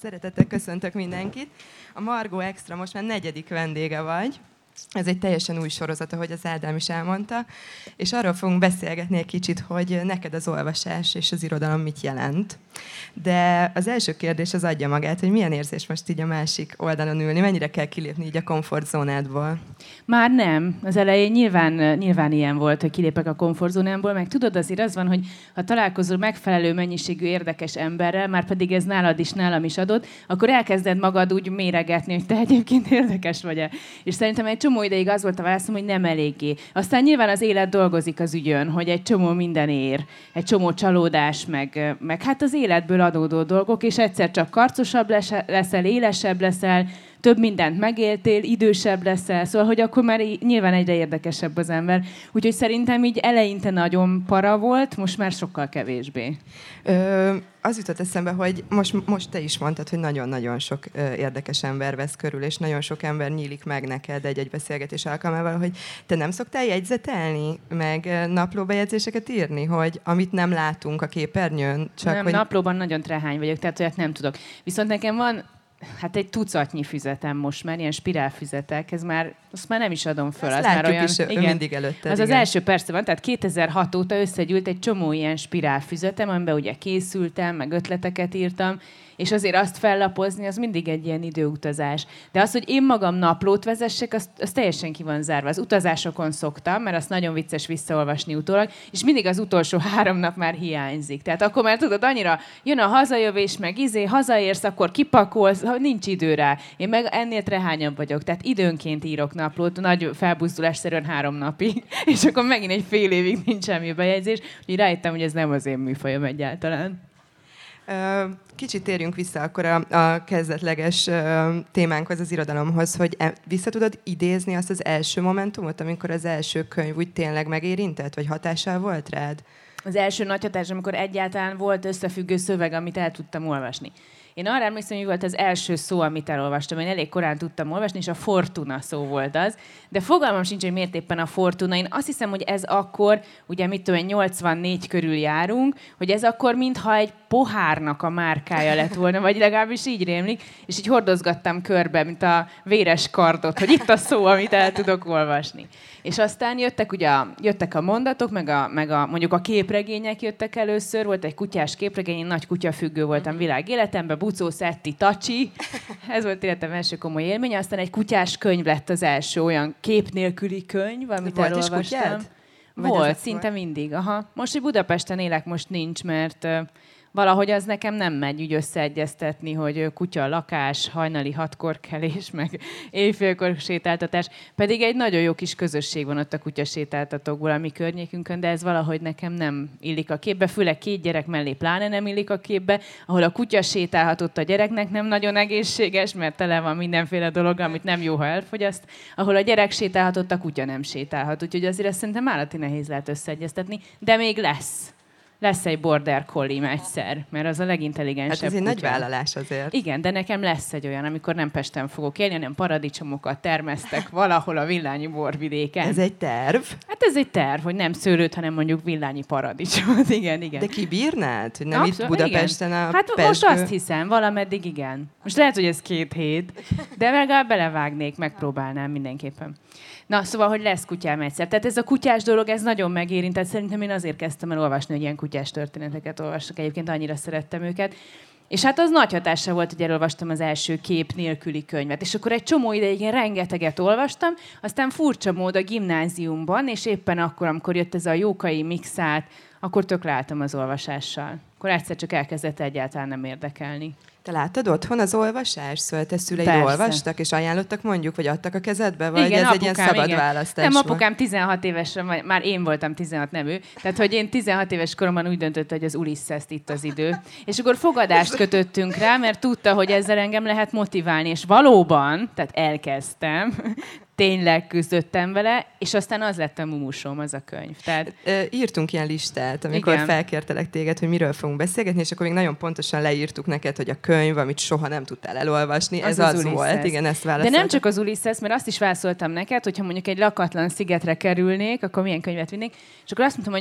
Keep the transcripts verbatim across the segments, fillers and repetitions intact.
Szeretettel köszöntök mindenkit. A Margó Extra most már negyedik vendége vagy. Ez egy teljesen új sorozat, ahogy az Ádám is elmondta. És arról fogunk beszélgetni egy kicsit, hogy neked az olvasás és az irodalom mit jelent. De az első kérdés az adja magát, hogy milyen érzés most így a másik oldalon ülni, mennyire kell kilépni így a komfortzónádból? Már nem. Az elején nyilván, nyilván ilyen volt, hogy kilépek a komfortzónámból, meg tudod, azért az van, hogy ha találkozol megfelelő mennyiségű érdekes emberrel, már pedig ez nálad is, nálam is adott, akkor elkezded magad úgy méregetni, hogy te egyébként érdekes vagy-e. És szerintem egy csomó ideig az volt a válaszom, hogy nem eléggé. Aztán nyilván az élet dolgozik az ügyön, hogy egy csomó minden ér, egy csomó csalódás, meg, meg hát az életből adódó dolgok, és egyszer csak karcosabb leszel, élesebb leszel, több mindent megéltél, idősebb leszel, szóval, hogy akkor már nyilván egyre érdekesebb az ember. Úgyhogy szerintem így eleinte nagyon para volt, most már sokkal kevésbé. Ö, az jutott eszembe, hogy most, most te is mondtad, hogy nagyon-nagyon sok ö, érdekes ember vesz körül, és nagyon sok ember nyílik meg neked egy-egy beszélgetés alkalmával, hogy te nem szoktál jegyzetelni, meg ö, naplóbejegyzéseket írni, hogy amit nem látunk a képernyőn, csak nem, hogy... naplóban nagyon trehány vagyok, tehát olyat nem tudok. Viszont nekem van hát egy tucatnyi füzetem most már, ilyen spirálfüzetek, ez már, azt már nem is adom föl. Azt az látjuk már olyan, is, igen, mindig előtted. Az igen. az első persze van, tehát kétezer-hat óta összegyűlt egy csomó ilyen spirálfüzetem, amiben ugye készültem, meg ötleteket írtam, és azért azt fellapozni, az mindig egy ilyen időutazás. De az, hogy én magam naplót vezessek, az, az teljesen ki van zárva. Az utazásokon szoktam, mert azt nagyon vicces visszaolvasni utólag, és mindig az utolsó három nap már hiányzik. Tehát akkor már tudod, annyira jön a hazajövés, meg izé, hazaérsz, akkor kipakolsz, nincs idő rá. Én meg ennél trehányabb vagyok, tehát időnként írok naplót, nagy felbuzdulásszerűen három napig, és akkor megint egy fél évig nincs semmi bejegyzés, úgyhogy rájöttem, hogy ez nem az én műfajom egyáltalán. Kicsit térjünk vissza akkor a, a kezdetleges témánkhoz, az irodalomhoz, hogy vissza tudod idézni azt az első momentumot, amikor az első könyv úgy tényleg megérintett, vagy hatással volt rád? Az első nagy hatás, amikor egyáltalán volt összefüggő szöveg, amit el tudtam olvasni. Én arra emlékszem, hogy volt az első szó, amit elolvastam. Én elég korán tudtam olvasni, és a Fortuna szó volt az. De fogalmam sincs, hogy miért éppen a Fortuna. Én azt hiszem, hogy ez akkor, ugye mit tudom, nyolcvannégy körül járunk, hogy ez akkor mintha egy pohárnak a márkája lett volna, vagy legalábbis így rémlik, és így hordozgattam körbe, mint a véres kardot, hogy itt a szó, amit el tudok olvasni. És aztán jöttek ugye a, jöttek a mondatok, meg, a, meg a, mondjuk a képregények jöttek először, volt egy kutyás képregény, én nagy kutyafüggő voltam világéletemben, Bucó, Szetti, Tacsi, ez volt életem első komoly élménye, aztán egy kutyás könyv lett az első olyan kép nélküli könyv, amit volt elolvastam. Is kutyád? Volt, szinte volt? Mindig. Aha. Most, hogy Budapesten élek, most nincs, mert uh, valahogy az nekem nem megy úgy összeegyeztetni, hogy kutya, lakás, hajnali hatkor kelés, meg éjfélkor sétáltatás. Pedig egy nagyon jó kis közösség van ott a kutyasétáltatókból a mi környékünkön, de ez valahogy nekem nem illik a képbe, főleg két gyerek mellé pláne nem illik a képbe, ahol a kutya sétálhatott a gyereknek nem nagyon egészséges, mert tele van mindenféle dolog, amit nem jó, ha elfogyaszt, ahol a gyerek sétálhatott, a kutya nem sétálhat. Úgyhogy azért ezt szerintem állati nehéz lehet összeegyeztetni, de még lesz. Lesz egy border collie egyszer, mert az a legintelligensebb Hát ez egy kutya. nagy vállalás azért. Igen, de nekem lesz egy olyan, amikor nem Pesten fogok élni, hanem paradicsomokat termesztek valahol a Villányi borvidéken. Ez egy terv? Hát ez egy terv, hogy nem szőlőt, hanem mondjuk Villányi paradicsomot. Igen, igen. De kibírnád? Hogy nem Abszolút, itt Budapesten igen. a Hát pesgő... most azt hiszem, valameddig igen. Most lehet, hogy ez két hét, de legalább belevágnék, megpróbálnám mindenképpen. Na, szóval, hogy lesz kutyám egyszer. Tehát ez a kutyás dolog, ez nagyon megérintett. Szerintem én azért kezdtem el olvasni, hogy ilyen kutyás történeteket olvassak. Egyébként annyira szerettem őket. És hát az nagy hatása volt, hogy elolvastam az első kép nélküli könyvet. És akkor egy csomó ideig én rengeteget olvastam, aztán furcsa mód a gimnáziumban, és éppen akkor, amikor jött ez a jókai mixát, akkor tök leálltam az olvasással. Akkor egyszer csak elkezdett egyáltalán nem érdekelni. Te láttad otthon az olvasás? Szóval te szüleid Persze. olvastak, és ajánlottak mondjuk, vagy adtak a kezedbe? Vagy igen, ez apukám, egy ilyen szabad igen. választás? Nem, apukám tizenhat évesre, már én voltam tizenhat, nem ő. Tehát, hogy én tizenhat éves koromban úgy döntött, hogy az Ulisszeszt itt az idő. És akkor fogadást kötöttünk rá, mert tudta, hogy ezzel engem lehet motiválni. És valóban, tehát elkezdtem, tényleg küzdöttem vele, és aztán az lett a mumusom, az a könyv. Tehát... Írtunk ilyen listát, amikor igen. felkértelek téged, hogy miről fogunk beszélgetni, és akkor még nagyon pontosan leírtuk neked, hogy a könyv, amit soha nem tudtál elolvasni, az ez az, az volt. Igen, ezt válaszoltam. De nem csak az Ulisszesz, mert azt is válaszoltam neked, hogyha mondjuk egy lakatlan szigetre kerülnék, akkor milyen könyvet vinnék, és akkor azt mondtam, hogy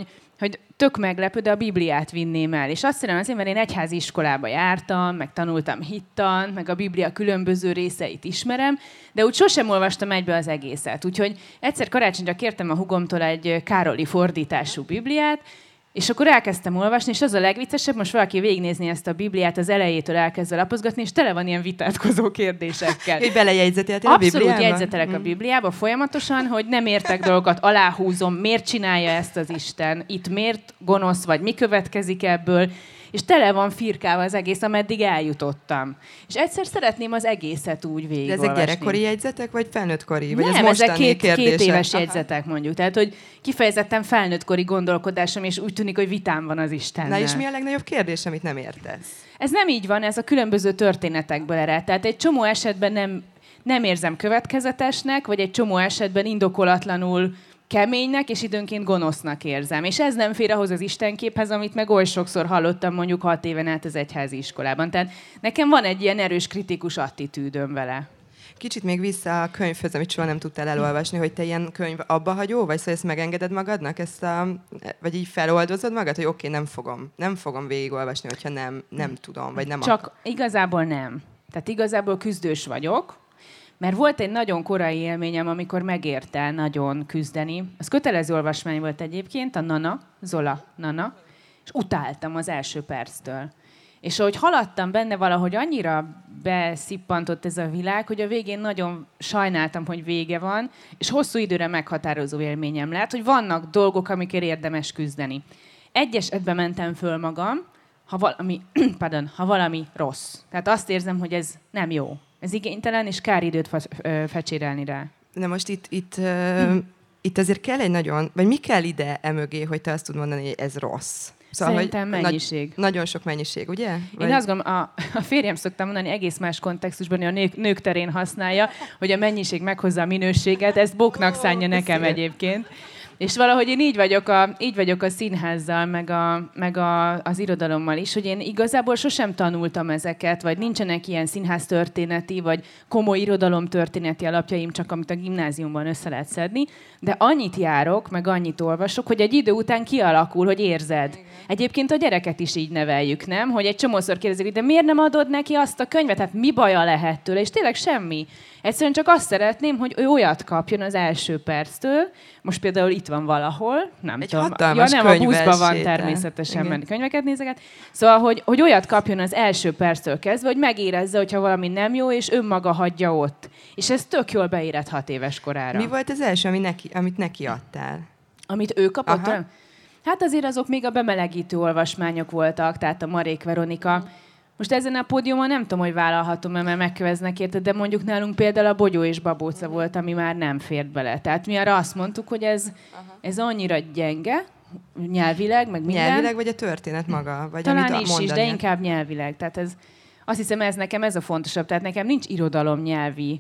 hogy tök meglepő, de a Bibliát vinném el. És azt hiszem azért, mert én egyházi iskolába jártam, meg tanultam hittant, meg a Biblia különböző részeit ismerem, de úgy sosem olvastam egybe az egészet. Úgyhogy egyszer karácsonyra kértem a hugomtól egy Károli fordítású Bibliát, és akkor elkezdtem olvasni, és az a legviccesebb, most valaki végignézni ezt a Bibliát az elejétől elkezdve lapozgatni, és tele van ilyen vitátkozó kérdésekkel. Hogy belejegyzeteltél a Bibliába? Abszolút jegyzetelek a Bibliába folyamatosan, hogy nem értek dolgokat, aláhúzom, miért csinálja ezt az Isten, itt miért gonosz vagy, mi következik ebből, és tele van firkálva az egész, ameddig eljutottam. És egyszer szeretném az egészet úgy végigolvasni. De ezek gyerekkori jegyzetek, vagy felnőttkori? Vagy nem, ez mostani ezek két, kérdések? két éves Aha. jegyzetek mondjuk. Tehát, hogy kifejezetten felnőttkori gondolkodásom, és úgy tűnik, hogy vitám van az Istennel. Na és mi a legnagyobb kérdés, amit nem értesz? Ez nem így van, ez a különböző történetekből ered. Tehát egy csomó esetben nem, nem érzem következetesnek, vagy egy csomó esetben indokolatlanul keménynek, és időnként gonosznak érzem. És ez nem fér ahhoz az istenképhez, amit meg oly sokszor hallottam mondjuk hat éven át az egyházi iskolában. Tehát nekem van egy ilyen erős kritikus attitűdöm vele. Kicsit még vissza a könyvhöz, amit soha nem tudtál elolvasni, hogy te ilyen könyv abbahagyó vagy, szóval ezt megengeded magadnak, ezt a, vagy így feloldozod magad, hogy oké, okay, nem fogom, nem fogom végigolvasni, hogyha nem, nem tudom, vagy nem Csak akar. igazából nem. Tehát igazából küzdős vagyok, mert volt egy nagyon korai élményem, amikor megérte nagyon küzdeni. Az kötelező olvasmány volt egyébként, a Nana, Zola Nana, és utáltam az első perctől. És ahogy haladtam benne, valahogy annyira beszippantott ez a világ, hogy a végén nagyon sajnáltam, hogy vége van, és hosszú időre meghatározó élményem lett, hogy vannak dolgok, amikért érdemes küzdeni. Egy esetben mentem föl magam, ha valami, pardon, ha valami rossz. Tehát azt érzem, hogy ez nem jó. Ez igénytelen, és kár időt fecsérelni rá. De most itt, itt, uh, itt azért kell egy nagyon, vagy mi kell ide emögé, hogy te azt tud mondani, hogy ez rossz? Szóval, Szerintem mennyiség. Nagy, nagyon sok mennyiség, ugye? Vagy... Én azt gondolom, a, a férjem szoktam mondani egész más kontextusban, hogy a nők, nők terén használja, hogy a mennyiség meghozza a minőséget, ezt boknak szánja nekem egyébként. És valahogy én így vagyok a, így vagyok a színházzal, meg, a, meg a, az irodalommal is, hogy én igazából sosem tanultam ezeket, vagy nincsenek ilyen színháztörténeti, vagy komoly irodalomtörténeti alapjaim, csak amit a gimnáziumban össze lehet szedni, de annyit járok, meg annyit olvasok, hogy egy idő után kialakul, hogy érzed. Egyébként a gyereket is így neveljük, nem? Hogy egy csomószor kérdezik, hogy de miért nem adod neki azt a könyvet? Hát mi baja lehet tőle? És tényleg semmi. Egyszerűen csak azt szeretném, hogy ő olyat kapjon az első perctől. Most például itt van valahol, nem egy tudom. Ja, nem, a buszban van természetesen, menni könyveket nézeget. Szóval, hogy, hogy olyat kapjon az első perctől kezdve, hogy megérezze, hogyha valami nem jó, és önmaga hagyja ott. És ez tök jól beérett hat éves korára. Mi volt az első, ami neki, amit neki adtál? Amit ő kapott? Aha. Hát azért azok még a bemelegítő olvasmányok voltak, tehát a Marék Veronika. Most ezen a pódiumon nem tudom, hogy vállalhatom-e, mert megköveznek érte, de mondjuk nálunk például a Bogyó és Babóca volt, ami már nem fért bele. Tehát mi arra azt mondtuk, hogy ez, ez annyira gyenge, nyelvileg, meg minden. Nyelvileg, vagy a történet maga? Vagy talán amit is, is, de inkább nyelvileg. Tehát ez, azt hiszem, ez nekem ez a fontosabb. Tehát nekem nincs irodalom nyelvi,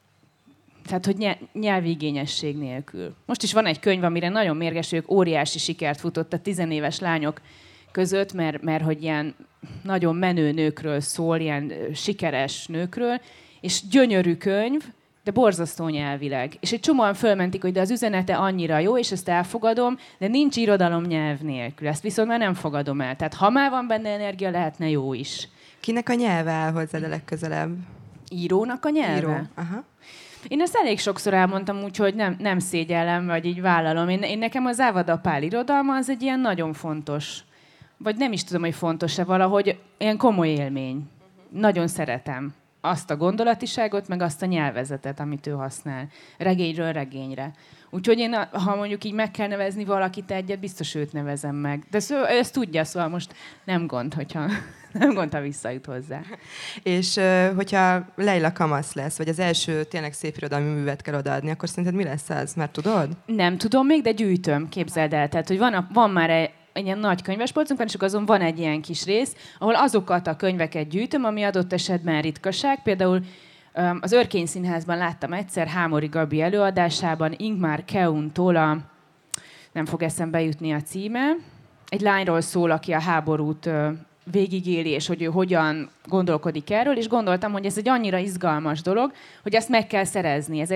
tehát hogy nyelvi igényesség nélkül. Most is van egy könyv, amire nagyon mérges vagyok, óriási sikert futott a tizenéves lányok között, mert, mert hogy ilyen nagyon menő nőkről szól, ilyen sikeres nőkről, és gyönyörű könyv, de borzasztó nyelvileg. És egy csomóan fölmentik, hogy de az üzenete annyira jó, és ezt elfogadom, de nincs irodalom nyelv nélkül. Ezt viszont már nem fogadom el. Tehát ha már van benne energia, lehetne jó is. Kinek a nyelve áll hozzád a legközelebb? Írónak a nyelve? Író. Aha. Én ezt elég sokszor elmondtam, úgyhogy nem, nem szégyellem, vagy így vállalom. Én, én nekem az Ávada Pál irodalma az egy ilyen nagyon fontos, vagy nem is tudom, hogy fontos-e valahogy, ilyen komoly élmény. Uh-huh. Nagyon szeretem azt a gondolatiságot, meg azt a nyelvezetet, amit ő használ. Regényről regényre. Úgyhogy én, ha mondjuk így meg kell nevezni valakit egyet, biztos őt nevezem meg. De szó, ő ezt tudja, szóval most nem gond, hogyha nem gond, ha visszajut hozzá. És hogyha Leila kamasz lesz, vagy az első tényleg szép irodalmi művet kell odaadni, akkor szerinted mi lesz az? Már tudod? Nem tudom még, de gyűjtöm, képzeld el. Tehát, hogy van, a, van már egy, egy ilyen nagy könyvespolcunk, és azon van egy ilyen kis rész, ahol azokat a könyveket gyűjtöm, ami adott esetben ritkaság. Például az Örkény Színházban láttam egyszer Hámori Gabi előadásában Ingmar Keun-tól a, nem fog eszembe jutni a címe, egy lányról szól, aki a háborút végigéli, és hogy ő hogyan gondolkodik erről, és gondoltam, hogy ez egy annyira izgalmas dolog, hogy ezt meg kell szerezni. Ez egy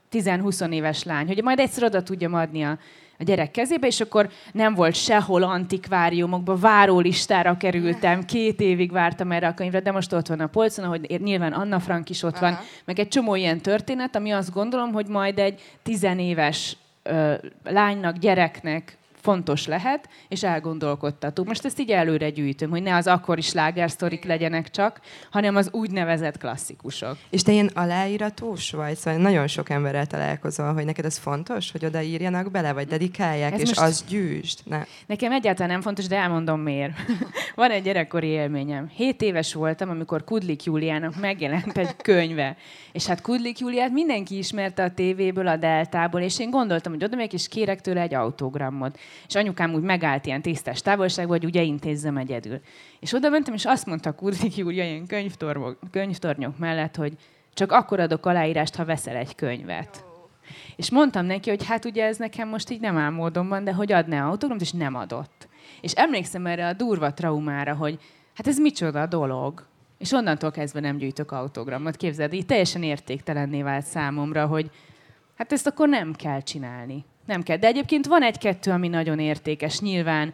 tíz-húsz éves lány, hogy majd egyszer oda tudjam adni a, a gyerek kezébe, és akkor nem volt sehol antikváriumokba, várólistára kerültem, két évig vártam erre a könyvre, de most ott van a polcon, ahogy nyilván Anna Frank is ott van, aha, meg egy csomó ilyen történet, ami azt gondolom, hogy majd egy tizenéves ö, lánynak, gyereknek fontos lehet, és elgondolkodtató. Most ezt így előre gyűjtöm, hogy ne az akkori slágersztorik legyenek csak, hanem az úgynevezett klasszikusok. És te ilyen aláíratós vagy? Szóval nagyon sok emberrel találkozol, hogy neked ez fontos, hogy odaírjanak bele, vagy dedikálják, ez és most... azt gyűjtsd? Ne. Nekem egyáltalán nem fontos, de elmondom miért. Van egy gyerekkori élményem. Hét éves voltam, amikor Kudlik Júliának megjelent egy könyve. És hát Kudlik Júliát mindenki ismerte a tévéből, a Deltából, és én gondoltam, hogy odamegyek, és kérek tőle egy autogramot. És anyukám úgy megállt ilyen tisztes távolságban, hogy ugye intézzem egyedül. És oda mentem, és azt mondta Kudlik Júlia ilyen könyvtornyok, könyvtornyok mellett, hogy csak akkor adok aláírást, ha veszel egy könyvet. És mondtam neki, hogy hát ugye ez nekem most így nem áll módonban, de hogy adná autogramot, és nem adott. És emlékszem erre a durva traumára, hogy hát ez micsoda dolog. És onnantól kezdve nem gyűjtök autogramot. Képzeld, így teljesen értéktelenné vált számomra, hogy hát ezt akkor nem kell csinálni. Nem kell. De egyébként van egy-kettő, ami nagyon értékes. Nyilván,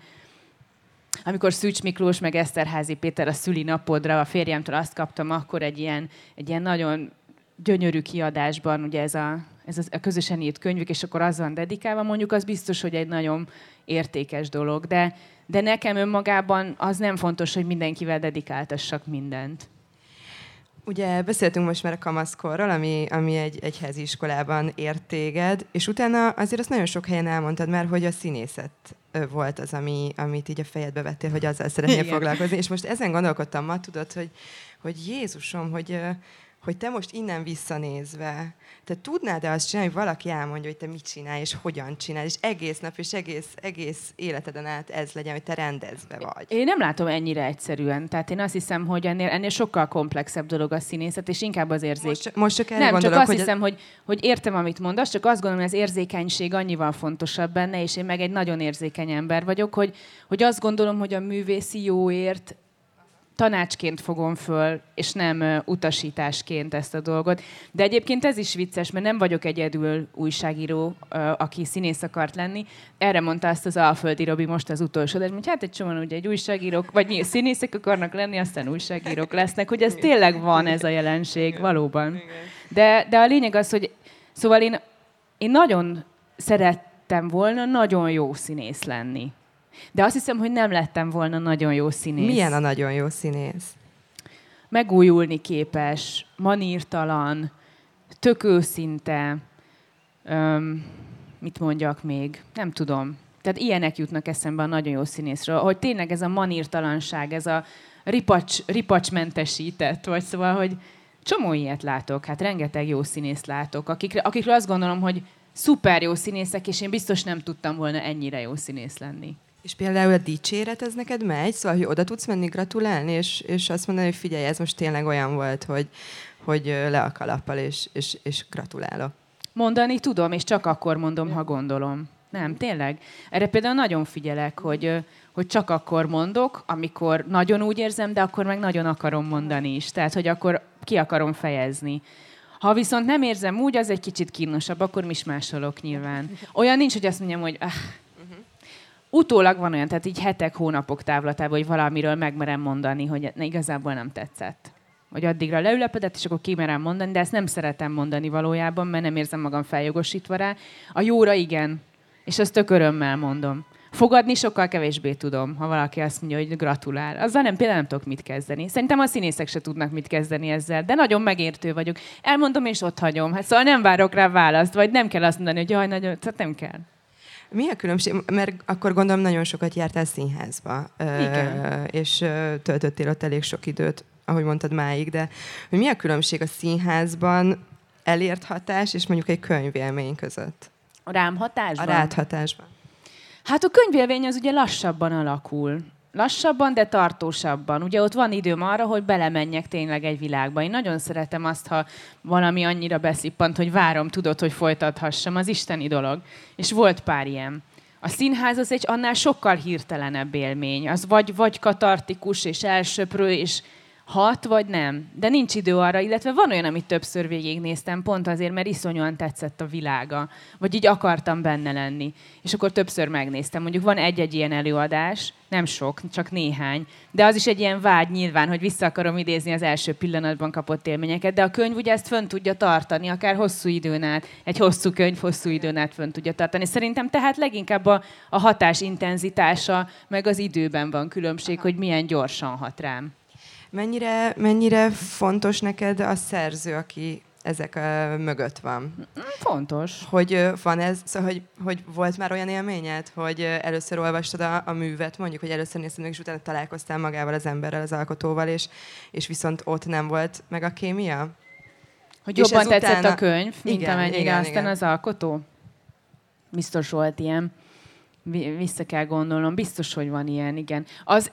amikor Szűcs Miklós meg Eszterházy Péter a szülinapodra a férjemtől azt kaptam, akkor egy ilyen, egy ilyen nagyon gyönyörű kiadásban, ugye ez a, ez a közösen írt könyvük, és akkor az van dedikálva, mondjuk az biztos, hogy egy nagyon értékes dolog. De, de nekem önmagában az nem fontos, hogy mindenkivel dedikáltassak mindent. Ugye beszéltünk most már a kamaszkorról, ami, ami egy egyházi iskolában ért téged, és utána azért azt nagyon sok helyen elmondtad már, hogy a színészet volt az, ami, amit így a fejedbe vettél, hogy azzal szeretnél igen. foglalkozni. És most ezen gondolkodtam ma, tudod, hogy, hogy Jézusom, hogy, hogy te most innen visszanézve, te tudnád-e azt csinálni, hogy valaki elmondja, hogy te mit csinálj, és hogyan csinálj, és egész nap, és egész, egész életeden át ez legyen, hogy te rendezve vagy. Én nem látom ennyire egyszerűen. Tehát én azt hiszem, hogy ennél, ennél sokkal komplexebb dolog a színészet, és inkább az érzék. Most, most csak nem, gondolok, csak azt hogy hiszem, hogy, hogy értem, amit mondasz, csak azt gondolom, hogy az érzékenység annyival fontosabb benne, és én meg egy nagyon érzékeny ember vagyok, hogy, hogy azt gondolom, hogy a művészi jóért tanácsként fogom föl, és nem uh, utasításként ezt a dolgot. De egyébként ez is vicces, mert nem vagyok egyedül újságíró, uh, aki színész akart lenni. Erre mondta azt az Alföldi Robi most az utolsó, de hogy hát egy csomóan ugye egy újságírók, vagy színészek akarnak lenni, aztán újságírók lesznek, hogy ez tényleg van ez a jelenség, valóban. De, de a lényeg az, hogy szóval én, én nagyon szerettem volna nagyon jó színész lenni. De azt hiszem, hogy nem lettem volna nagyon jó színész. Milyen a nagyon jó színész? Megújulni képes, manírtalan, tök őszinte, öm, mit mondjak még, nem tudom. Tehát ilyenek jutnak eszembe a nagyon jó színészről, hogy tényleg ez a manírtalanság, ez a ripacs, ripacsmentesített, vagy szóval, hogy csomó ilyet látok, hát rengeteg jó színészt látok, akikre, akikről azt gondolom, hogy szuper jó színészek, és én biztos nem tudtam volna ennyire jó színész lenni. És például a dicséret, ez neked megy? Szóval, hogy oda tudsz menni gratulálni, és, és azt mondani, hogy figyelj, ez most tényleg olyan volt, hogy, hogy le a kalappal, és, és, és gratulálok. Mondani tudom, és csak akkor mondom, ha gondolom. Nem, tényleg. Erre például nagyon figyelek, hogy, hogy csak akkor mondok, amikor nagyon úgy érzem, de akkor meg nagyon akarom mondani is. Tehát, hogy akkor ki akarom fejezni. Ha viszont nem érzem úgy, az egy kicsit kínosabb, akkor is másolok nyilván. Olyan nincs, hogy azt mondjam, hogy ah, utólag van olyan, tehát így hetek, hónapok távlatában, hogy valamiről megmerem mondani, hogy ne, igazából nem tetszett. Hogy addigra leülepedett, és akkor kimerem mondani, de ezt nem szeretem mondani valójában, mert nem érzem magam feljogosítva rá. A jóra igen, és ezt tök örömmel mondom. Fogadni sokkal kevésbé tudom, ha valaki azt mondja, hogy gratulál. Azzal nem, például nem tudok mit kezdeni. Szerintem a színészek se tudnak mit kezdeni ezzel, de nagyon megértő vagyok. Elmondom, és ott hagyom. Hát szóval nem várok rá választ, vagy nem kell azt mondani, hogy jaj, nagyon, tehát nem kell. Mi a különbség? Mert akkor gondolom nagyon sokat jártál színházba. Igen. És töltöttél ott elég sok időt, ahogy mondtad máig, de hogy mi a különbség a színházban elért hatás és mondjuk egy könyvélmény között? A rám hatásban? A rád hatásban. Hát a könyvélmény az ugye lassabban alakul. Lassabban, de tartósabban. Ugye ott van időm arra, hogy belemenjek tényleg egy világba. Én nagyon szeretem azt, ha valami annyira beszippant, hogy várom, tudod, hogy folytathassam. Az isteni dolog. És volt pár ilyen. A színház az egy annál sokkal hirtelenebb élmény. Az vagy, vagy katartikus és elsöprő, és hat vagy nem. De nincs idő arra, illetve van olyan, amit többször végignéztem, pont azért, mert iszonyúan tetszett a világa. Vagy így akartam benne lenni. És akkor többször megnéztem. Mondjuk van egy-egy ilyen előadás, nem sok, csak néhány. De az is egy ilyen vágy nyilván, hogy vissza akarom idézni az első pillanatban kapott élményeket. De a könyv ugye ezt fönn tudja tartani, akár hosszú időn át. Egy hosszú könyv hosszú időn át fönn tudja tartani. Szerintem tehát leginkább a, a hatás intenzitása, meg az időben van különbség, hogy milyen gyorsan hat rám. Mennyire, mennyire fontos neked a szerző, aki ezek a mögött van? Fontos. Hogy van ez, szóval, hogy, hogy volt már olyan élményed, hogy először olvastad a, a művet, mondjuk, hogy először nézted meg, és utána találkoztál magával, az emberrel, az alkotóval, és, és viszont ott nem volt meg a kémia? Hogy jobban és tetszett utána... a könyv, mint igen, amennyire igen, aztán igen. az alkotó? Biztos volt ilyen. Vissza kell gondolnom. Biztos, hogy van ilyen, igen. Az...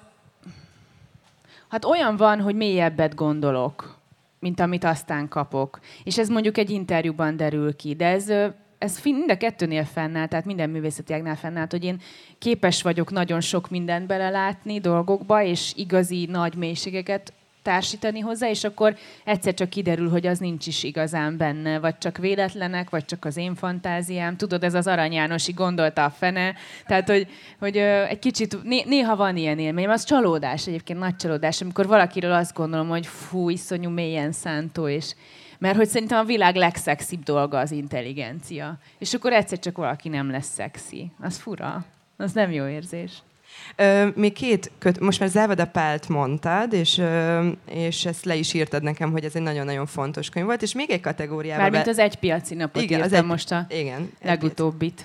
Hát olyan van, hogy mélyebbet gondolok, mint amit aztán kapok. És ez mondjuk egy interjúban derül ki. De ez, ez mind a kettőnél fennáll, tehát minden művészeti ágnál fennáll, hogy én képes vagyok nagyon sok mindent belelátni dolgokba, és igazi nagy mélységeket társítani hozzá, és akkor egyszer csak kiderül, hogy az nincs is igazán benne, vagy csak véletlenek, vagy csak az én fantáziám. Tudod, ez az Arany Jánosi gondolta a fene. Tehát, hogy, hogy egy kicsit, né- néha van ilyen élményem. Az csalódás, egyébként nagy csalódás, amikor valakiről azt gondolom, hogy fú, iszonyú mélyen szántó, és mert hogy szerintem a világ legszexibb dolga az intelligencia. És akkor egyszer csak valaki nem lesz szexi. Az fura. Az nem jó érzés. Ö, még két köt, most már Závoda Pált mondtad, és, ö, és ezt le is írtad nekem, hogy ez egy nagyon-nagyon fontos könyv volt, és még egy kategóriában... Mármint be... az Egy piaci napot igen, írtam az egy... most a igen, legutóbbit.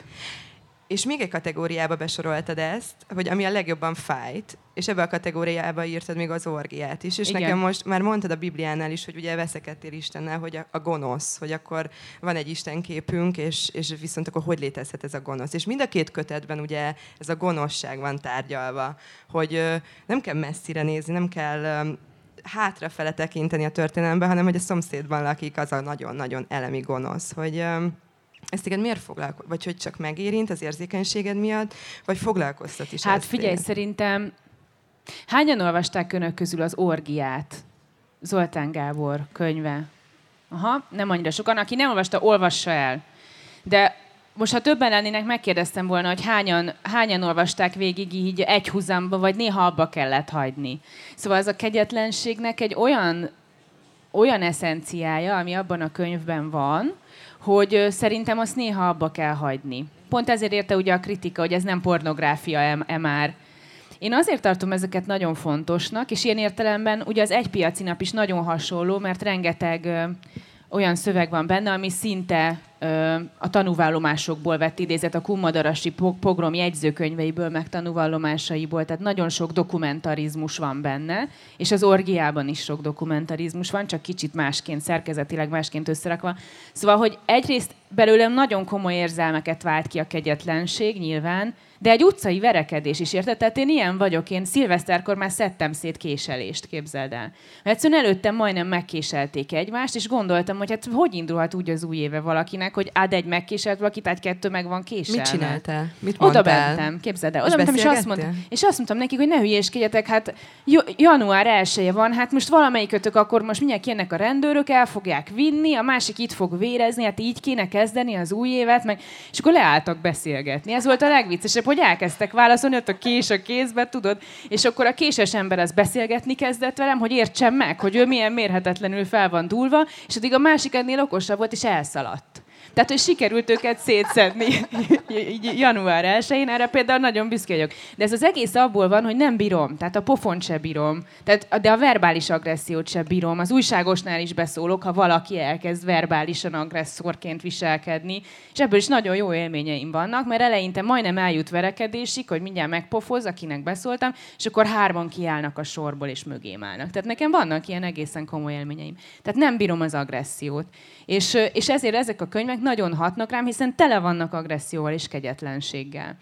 És még egy kategóriába besoroltad ezt, hogy ami a legjobban fájt, és ebbe a kategóriába írtad még az orgiát is, és igen. nekem most már mondtad a Bibliánál is, hogy ugye veszekedtél Istennel, hogy a, a gonosz, hogy akkor van egy istenképünk, és, és viszont akkor hogy létezhet ez a gonosz. És mind a két kötetben ugye ez a gonoszság van tárgyalva, hogy ö, nem kell messzire nézni, nem kell ö, hátrafele tekinteni a történelembe, hanem hogy a szomszédban lakik az a nagyon-nagyon elemi gonosz, hogy... Ö, ezt téged miért foglalkoztat? Vagy hogy csak megérint az érzékenységed miatt, vagy foglalkoztat is? Hát figyelj, téged? Szerintem hányan olvasták önök közül az Orgiát? Zoltán Gábor könyve. Aha, nem annyira sokan. Aki nem olvasta, olvassa el. De most, ha többen lennének, megkérdeztem volna, hogy hányan, hányan olvasták végig így egy húzamba, vagy néha abba kellett hagyni. Szóval az a kegyetlenségnek egy olyan, olyan eszenciája, ami abban a könyvben van, hogy szerintem azt néha abba kell hagyni. Pont ezért érte ugye a kritika, hogy ez nem pornográfia-e már. Én azért tartom ezeket nagyon fontosnak, és ilyen értelemben ugye az Egy piaci nap is nagyon hasonló, mert rengeteg ö, olyan szöveg van benne, ami szinte ö, a tanúvallomásokból vett idézet, a Kummadarasi pogrom jegyzőkönyveiből, meg tanúvallomásaiból, tehát nagyon sok dokumentarizmus van benne, és az Orgiában is sok dokumentarizmus van, csak kicsit másként, szerkezetileg másként összerakva. Szóval, hogy egyrészt belőlem nagyon komoly érzelmeket vált ki a kegyetlenség, nyilván, de egy utcai verekedés is, érted? Tehát én ilyen vagyok, én szilveszterkor már szedtem szét késelést, képzeld el. Mert egyszerűen előttem majdnem megkéselték egymást, és gondoltam, hogy hát hogy indulhat úgy az új éve valakinek, hogy ad egy megkéselt valakit, át kettő meg van késelve. Mit csináltál? Mit Oda mondtál? mentem, képzeld el. És Oda mentem, és azt, mondtam, és azt mondtam nekik, hogy ne hülyéskedjetek, hát január elseje van, hát most valamelyikötök, akkor most mindjárt jönnek a rendőrök, el fogják vinni, a másik itt fog vérezni, hát így kéne kezdeni az új évet, meg... és akkor leálltak beszélgetni. Ez volt a legviccesebb, hogy elkezdtek válaszolni, ott a kés a kézbe, tudod, és akkor a késes ember az beszélgetni kezdett velem, hogy értsem meg, hogy ő milyen mérhetetlenül fel van dúlva, és addig a másik ennél okosabb volt, és elszaladt. Tehát, hogy sikerült őket szétszedni január elsején, erre például nagyon büszke vagyok. De ez az egész abból van, hogy nem bírom, tehát a pofont se bírom, tehát, de a verbális agressziót se bírom. Az újságosnál is beszólok, ha valaki elkezd verbálisan agresszorként viselkedni, és ebből is nagyon jó élményeim vannak, mert eleinte majdnem eljut verekedésig, hogy mindjárt megpofoz, akinek beszóltam, és akkor hárman kiállnak a sorból, és mögém állnak. Tehát nekem vannak ilyen egészen komoly élményeim. Tehát nem bírom az agressziót. És, és ezért ezek a könyvek nagyon hatnak rám, hiszen tele vannak agresszióval és kegyetlenséggel.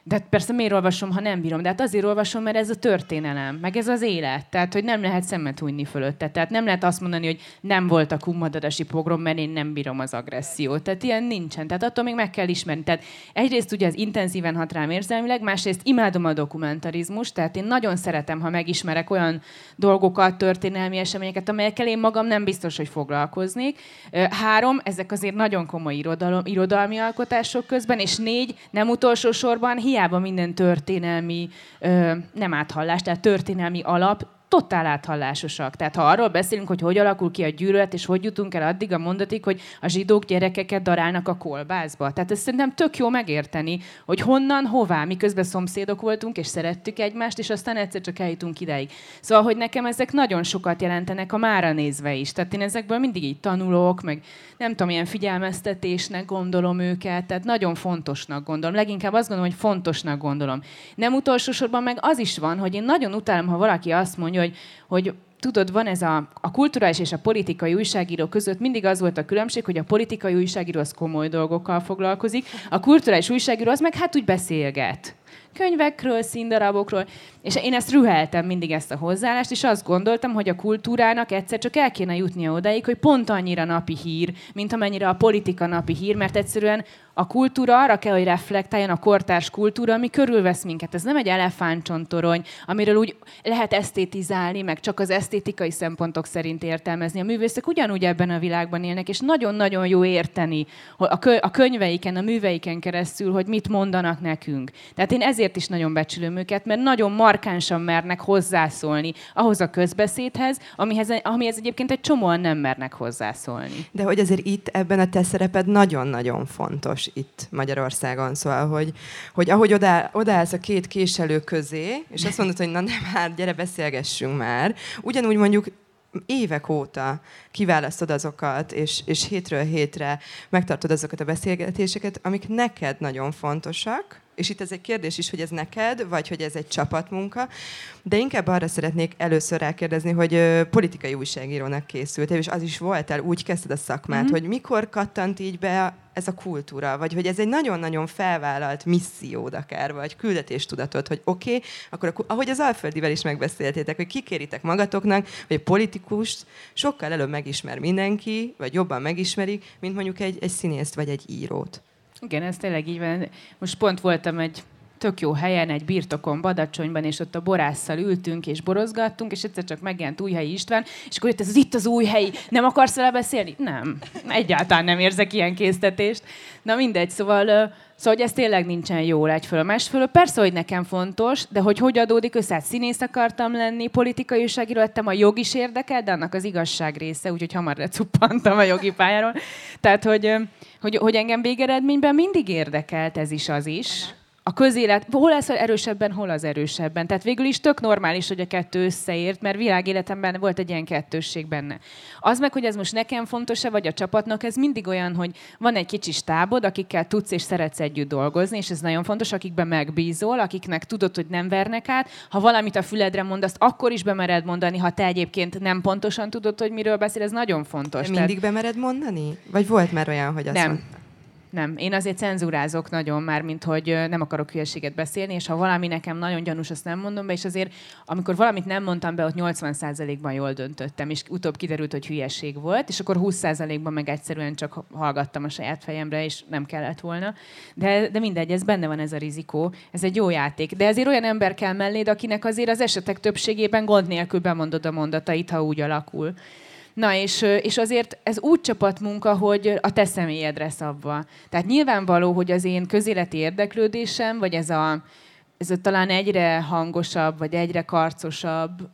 De persze miért olvasom, ha nem bírom? De hát azért olvasom, mert ez a történelem, meg ez az élet. Tehát, hogy nem lehet szemet hunyni fölötte. Tehát nem lehet azt mondani, hogy nem volt a kummadadasi pogrom, mert én nem bírom az agressziót. Tehát ilyen nincsen. Tehát attól még meg kell ismerni. Tehát egyrészt ugye ez intenzíven hat rám érzelmileg, másrészt imádom a dokumentarizmust, tehát én nagyon szeretem, ha megismerek olyan dolgokat, történelmi eseményeket, amelyekkel én magam nem biztos, hogy foglalkoznék. Három, ezek azért nagyon komoly irodalom, irodalmi alkotások közben, és négy, nem utolsó sorban, hiába minden történelmi, ö, nem áthallás, tehát történelmi alap, totál áthallásosak. Tehát ha arról beszélünk, hogy hogy alakul ki a gyűlölet, és hogy jutunk el addig a mondatig, hogy a zsidók gyerekeket darálnak a kolbászba. Tehát ezt szerintem tök jó megérteni, hogy honnan, hová, miközben szomszédok voltunk, és szerettük egymást, és aztán egyszer csak eljutunk ideig. Szóval, hogy nekem ezek nagyon sokat jelentenek a mára nézve is. Tehát én ezekből mindig így tanulok, meg nem tudom, ilyen figyelmeztetésnek gondolom őket, tehát nagyon fontosnak gondolom. Leginkább azt gondolom, hogy fontosnak gondolom. Nem utolsó sorban meg az is van, hogy én nagyon utálom, ha valaki azt mondja, hogy, hogy tudod, van ez a, a kulturális és a politikai újságíró között mindig az volt a különbség, hogy a politikai újságíró az komoly dolgokkal foglalkozik, a kulturális újságíró az meg hát úgy beszélget. Könyvekről, színdarabokról, és én ezt rüheltem mindig ezt a hozzáállást, és azt gondoltam, hogy a kultúrának egyszer csak el kéne jutnia odáig, hogy pont annyira napi hír, mint amennyire a politika napi hír, mert egyszerűen a kultúra arra kell, hogy reflektáljon, a kortárs kultúra, ami körülvesz minket. Ez nem egy elefántcsontorony, amiről úgy lehet esztétizálni, meg csak az esztétikai szempontok szerint értelmezni. A művészek ugyanúgy ebben a világban élnek, és nagyon-nagyon jó érteni a könyveiken, a műveiken keresztül, hogy mit mondanak nekünk. Tehát én ezért is nagyon becsülöm őket, mert nagyon markánsan mernek hozzászólni ahhoz a közbeszédhez, amihez, amihez egyébként egy csomóan nem mernek hozzászólni. De hogy azért itt ebben a te szereped nagyon-nagyon fontos itt Magyarországon. Szóval, hogy, hogy ahogy oda, odaállsz a két késelő közé, és azt mondod, hogy na nem már, gyere, beszélgessünk már. Ugyanúgy mondjuk évek óta kiválasztod azokat, és, és hétről hétre megtartod azokat a beszélgetéseket, amik neked nagyon fontosak, és itt ez egy kérdés is, hogy ez neked, vagy hogy ez egy csapatmunka, de inkább arra szeretnék először rákérdezni, hogy ö, politikai újságírónak készültél, és az is voltál, úgy kezdted a szakmát, mm-hmm. hogy mikor kattant így be ez a kultúra, vagy hogy ez egy nagyon-nagyon felvállalt missziód akár, vagy küldetéstudatod, hogy oké, okay, akkor a, ahogy az Alföldivel is megbeszéltétek, hogy kikéritek magatoknak, hogy egy politikust sokkal előbb megismer mindenki, vagy jobban megismerik, mint mondjuk egy, egy színészt, vagy egy írót. Igen, ez tényleg így van. Most pont voltam egy tök jó helyen, egy birtokon, Badacsonyban, és ott a borásszal ültünk, és borozgattunk, és egyszer csak megjelent Újhelyi István, és akkor itt ez itt az Újhelyi, nem akarsz vele beszélni? Nem. Egyáltalán nem érzek ilyen késztetést. Na mindegy, szóval, szóval hogy ez tényleg nincsen jól egyfelől. Másfelől persze, hogy nekem fontos, de hogy hogy adódik össze? Hát színész akartam lenni, politikai újságíró lettem, a jog is érdekel, de annak az igazság része, úgyhogy hamar lecuppantam a jogi pályáról. Tehát, hogy, hogy, hogy engem végeredményben mindig érdekelt ez is, az is. A közélet, hol lesz erősebben, hol az erősebben. Tehát végül is tök normális, hogy a kettő összeért, mert világéletemben volt egy ilyen kettősség benne. Az meg, hogy ez most nekem fontos-e, vagy a csapatnak, ez mindig olyan, hogy van egy kicsi stábod, akikkel tudsz és szeretsz együtt dolgozni, és ez nagyon fontos, akikben megbízol, akiknek tudod, hogy nem vernek át. Ha valamit a füledre mondasz, akkor is bemered mondani, ha te egyébként nem pontosan tudod, hogy miről beszél, ez nagyon fontos. De mindig Tehát... bemered mondani? Vagy volt már olyan, hogy azt nem. mondta? Nem, én azért cenzúrázok nagyon már, mint hogy nem akarok hülyeséget beszélni, és ha valami nekem nagyon gyanús, azt nem mondom be, és azért, amikor valamit nem mondtam be, ott nyolcvan százalékban jól döntöttem, és utóbb kiderült, hogy hülyeség volt, és akkor húsz százalékban meg egyszerűen csak hallgattam a saját fejemre, és nem kellett volna. De, de mindegy, ez benne van ez a rizikó, ez egy jó játék. De ezért olyan ember kell melléd, akinek azért az esetek többségében gond nélkül bemondod a mondatait, ha úgy alakul. Na, és, és azért ez úgy csapatmunka, hogy a te személyedre szabva. Tehát nyilvánvaló, hogy az én közéleti érdeklődésem, vagy ez a, ez a talán egyre hangosabb, vagy egyre karcosabb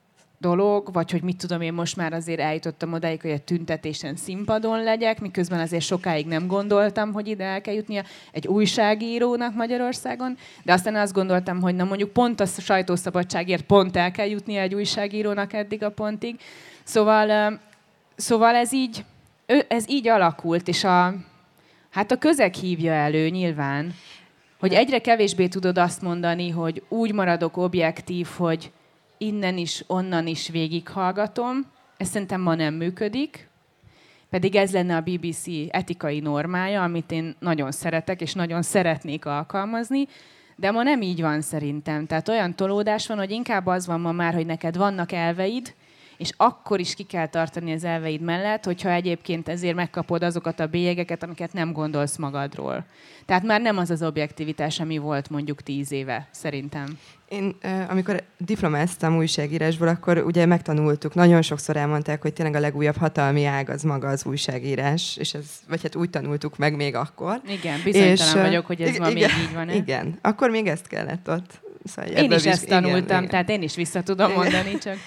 dolog, vagy hogy mit tudom én, most már azért eljutottam odáig, hogy egy tüntetésen színpadon legyek, miközben azért sokáig nem gondoltam, hogy ide el kell jutnia egy újságírónak Magyarországon, de aztán azt gondoltam, hogy na mondjuk pont a sajtószabadságért pont el kell jutnia egy újságírónak eddig a pontig. Szóval, szóval ez, így, ez így alakult, és a, hát a közeg hívja elő nyilván, hogy egyre kevésbé tudod azt mondani, hogy úgy maradok objektív, hogy innen is, onnan is végighallgatom. Ez szerintem ma nem működik, pedig ez lenne a bé bé cé etikai normája, amit én nagyon szeretek, és nagyon szeretnék alkalmazni, De ma nem így van szerintem. Tehát olyan tolódás van, hogy inkább az van ma már, hogy neked vannak elveid, és akkor is ki kell tartani az elveid mellett, hogyha egyébként ezért megkapod azokat a bélyegeket, amiket nem gondolsz magadról. Tehát már nem az az objektivitás, ami volt mondjuk tíz éve, szerintem. Én, amikor diplomáztam újságírásból, akkor ugye megtanultuk, nagyon sokszor elmondták, hogy tényleg a legújabb hatalmi ág az maga az újságírás, és ez, vagy hát úgy tanultuk meg még akkor. Igen, bizonytalan és, vagyok, hogy ez igen, ma még így van-e. Igen, akkor még ezt kellett ott. Szóval én is ezt tanultam, igen, tehát igen. Én is vissza tudom igen. mondani, csak...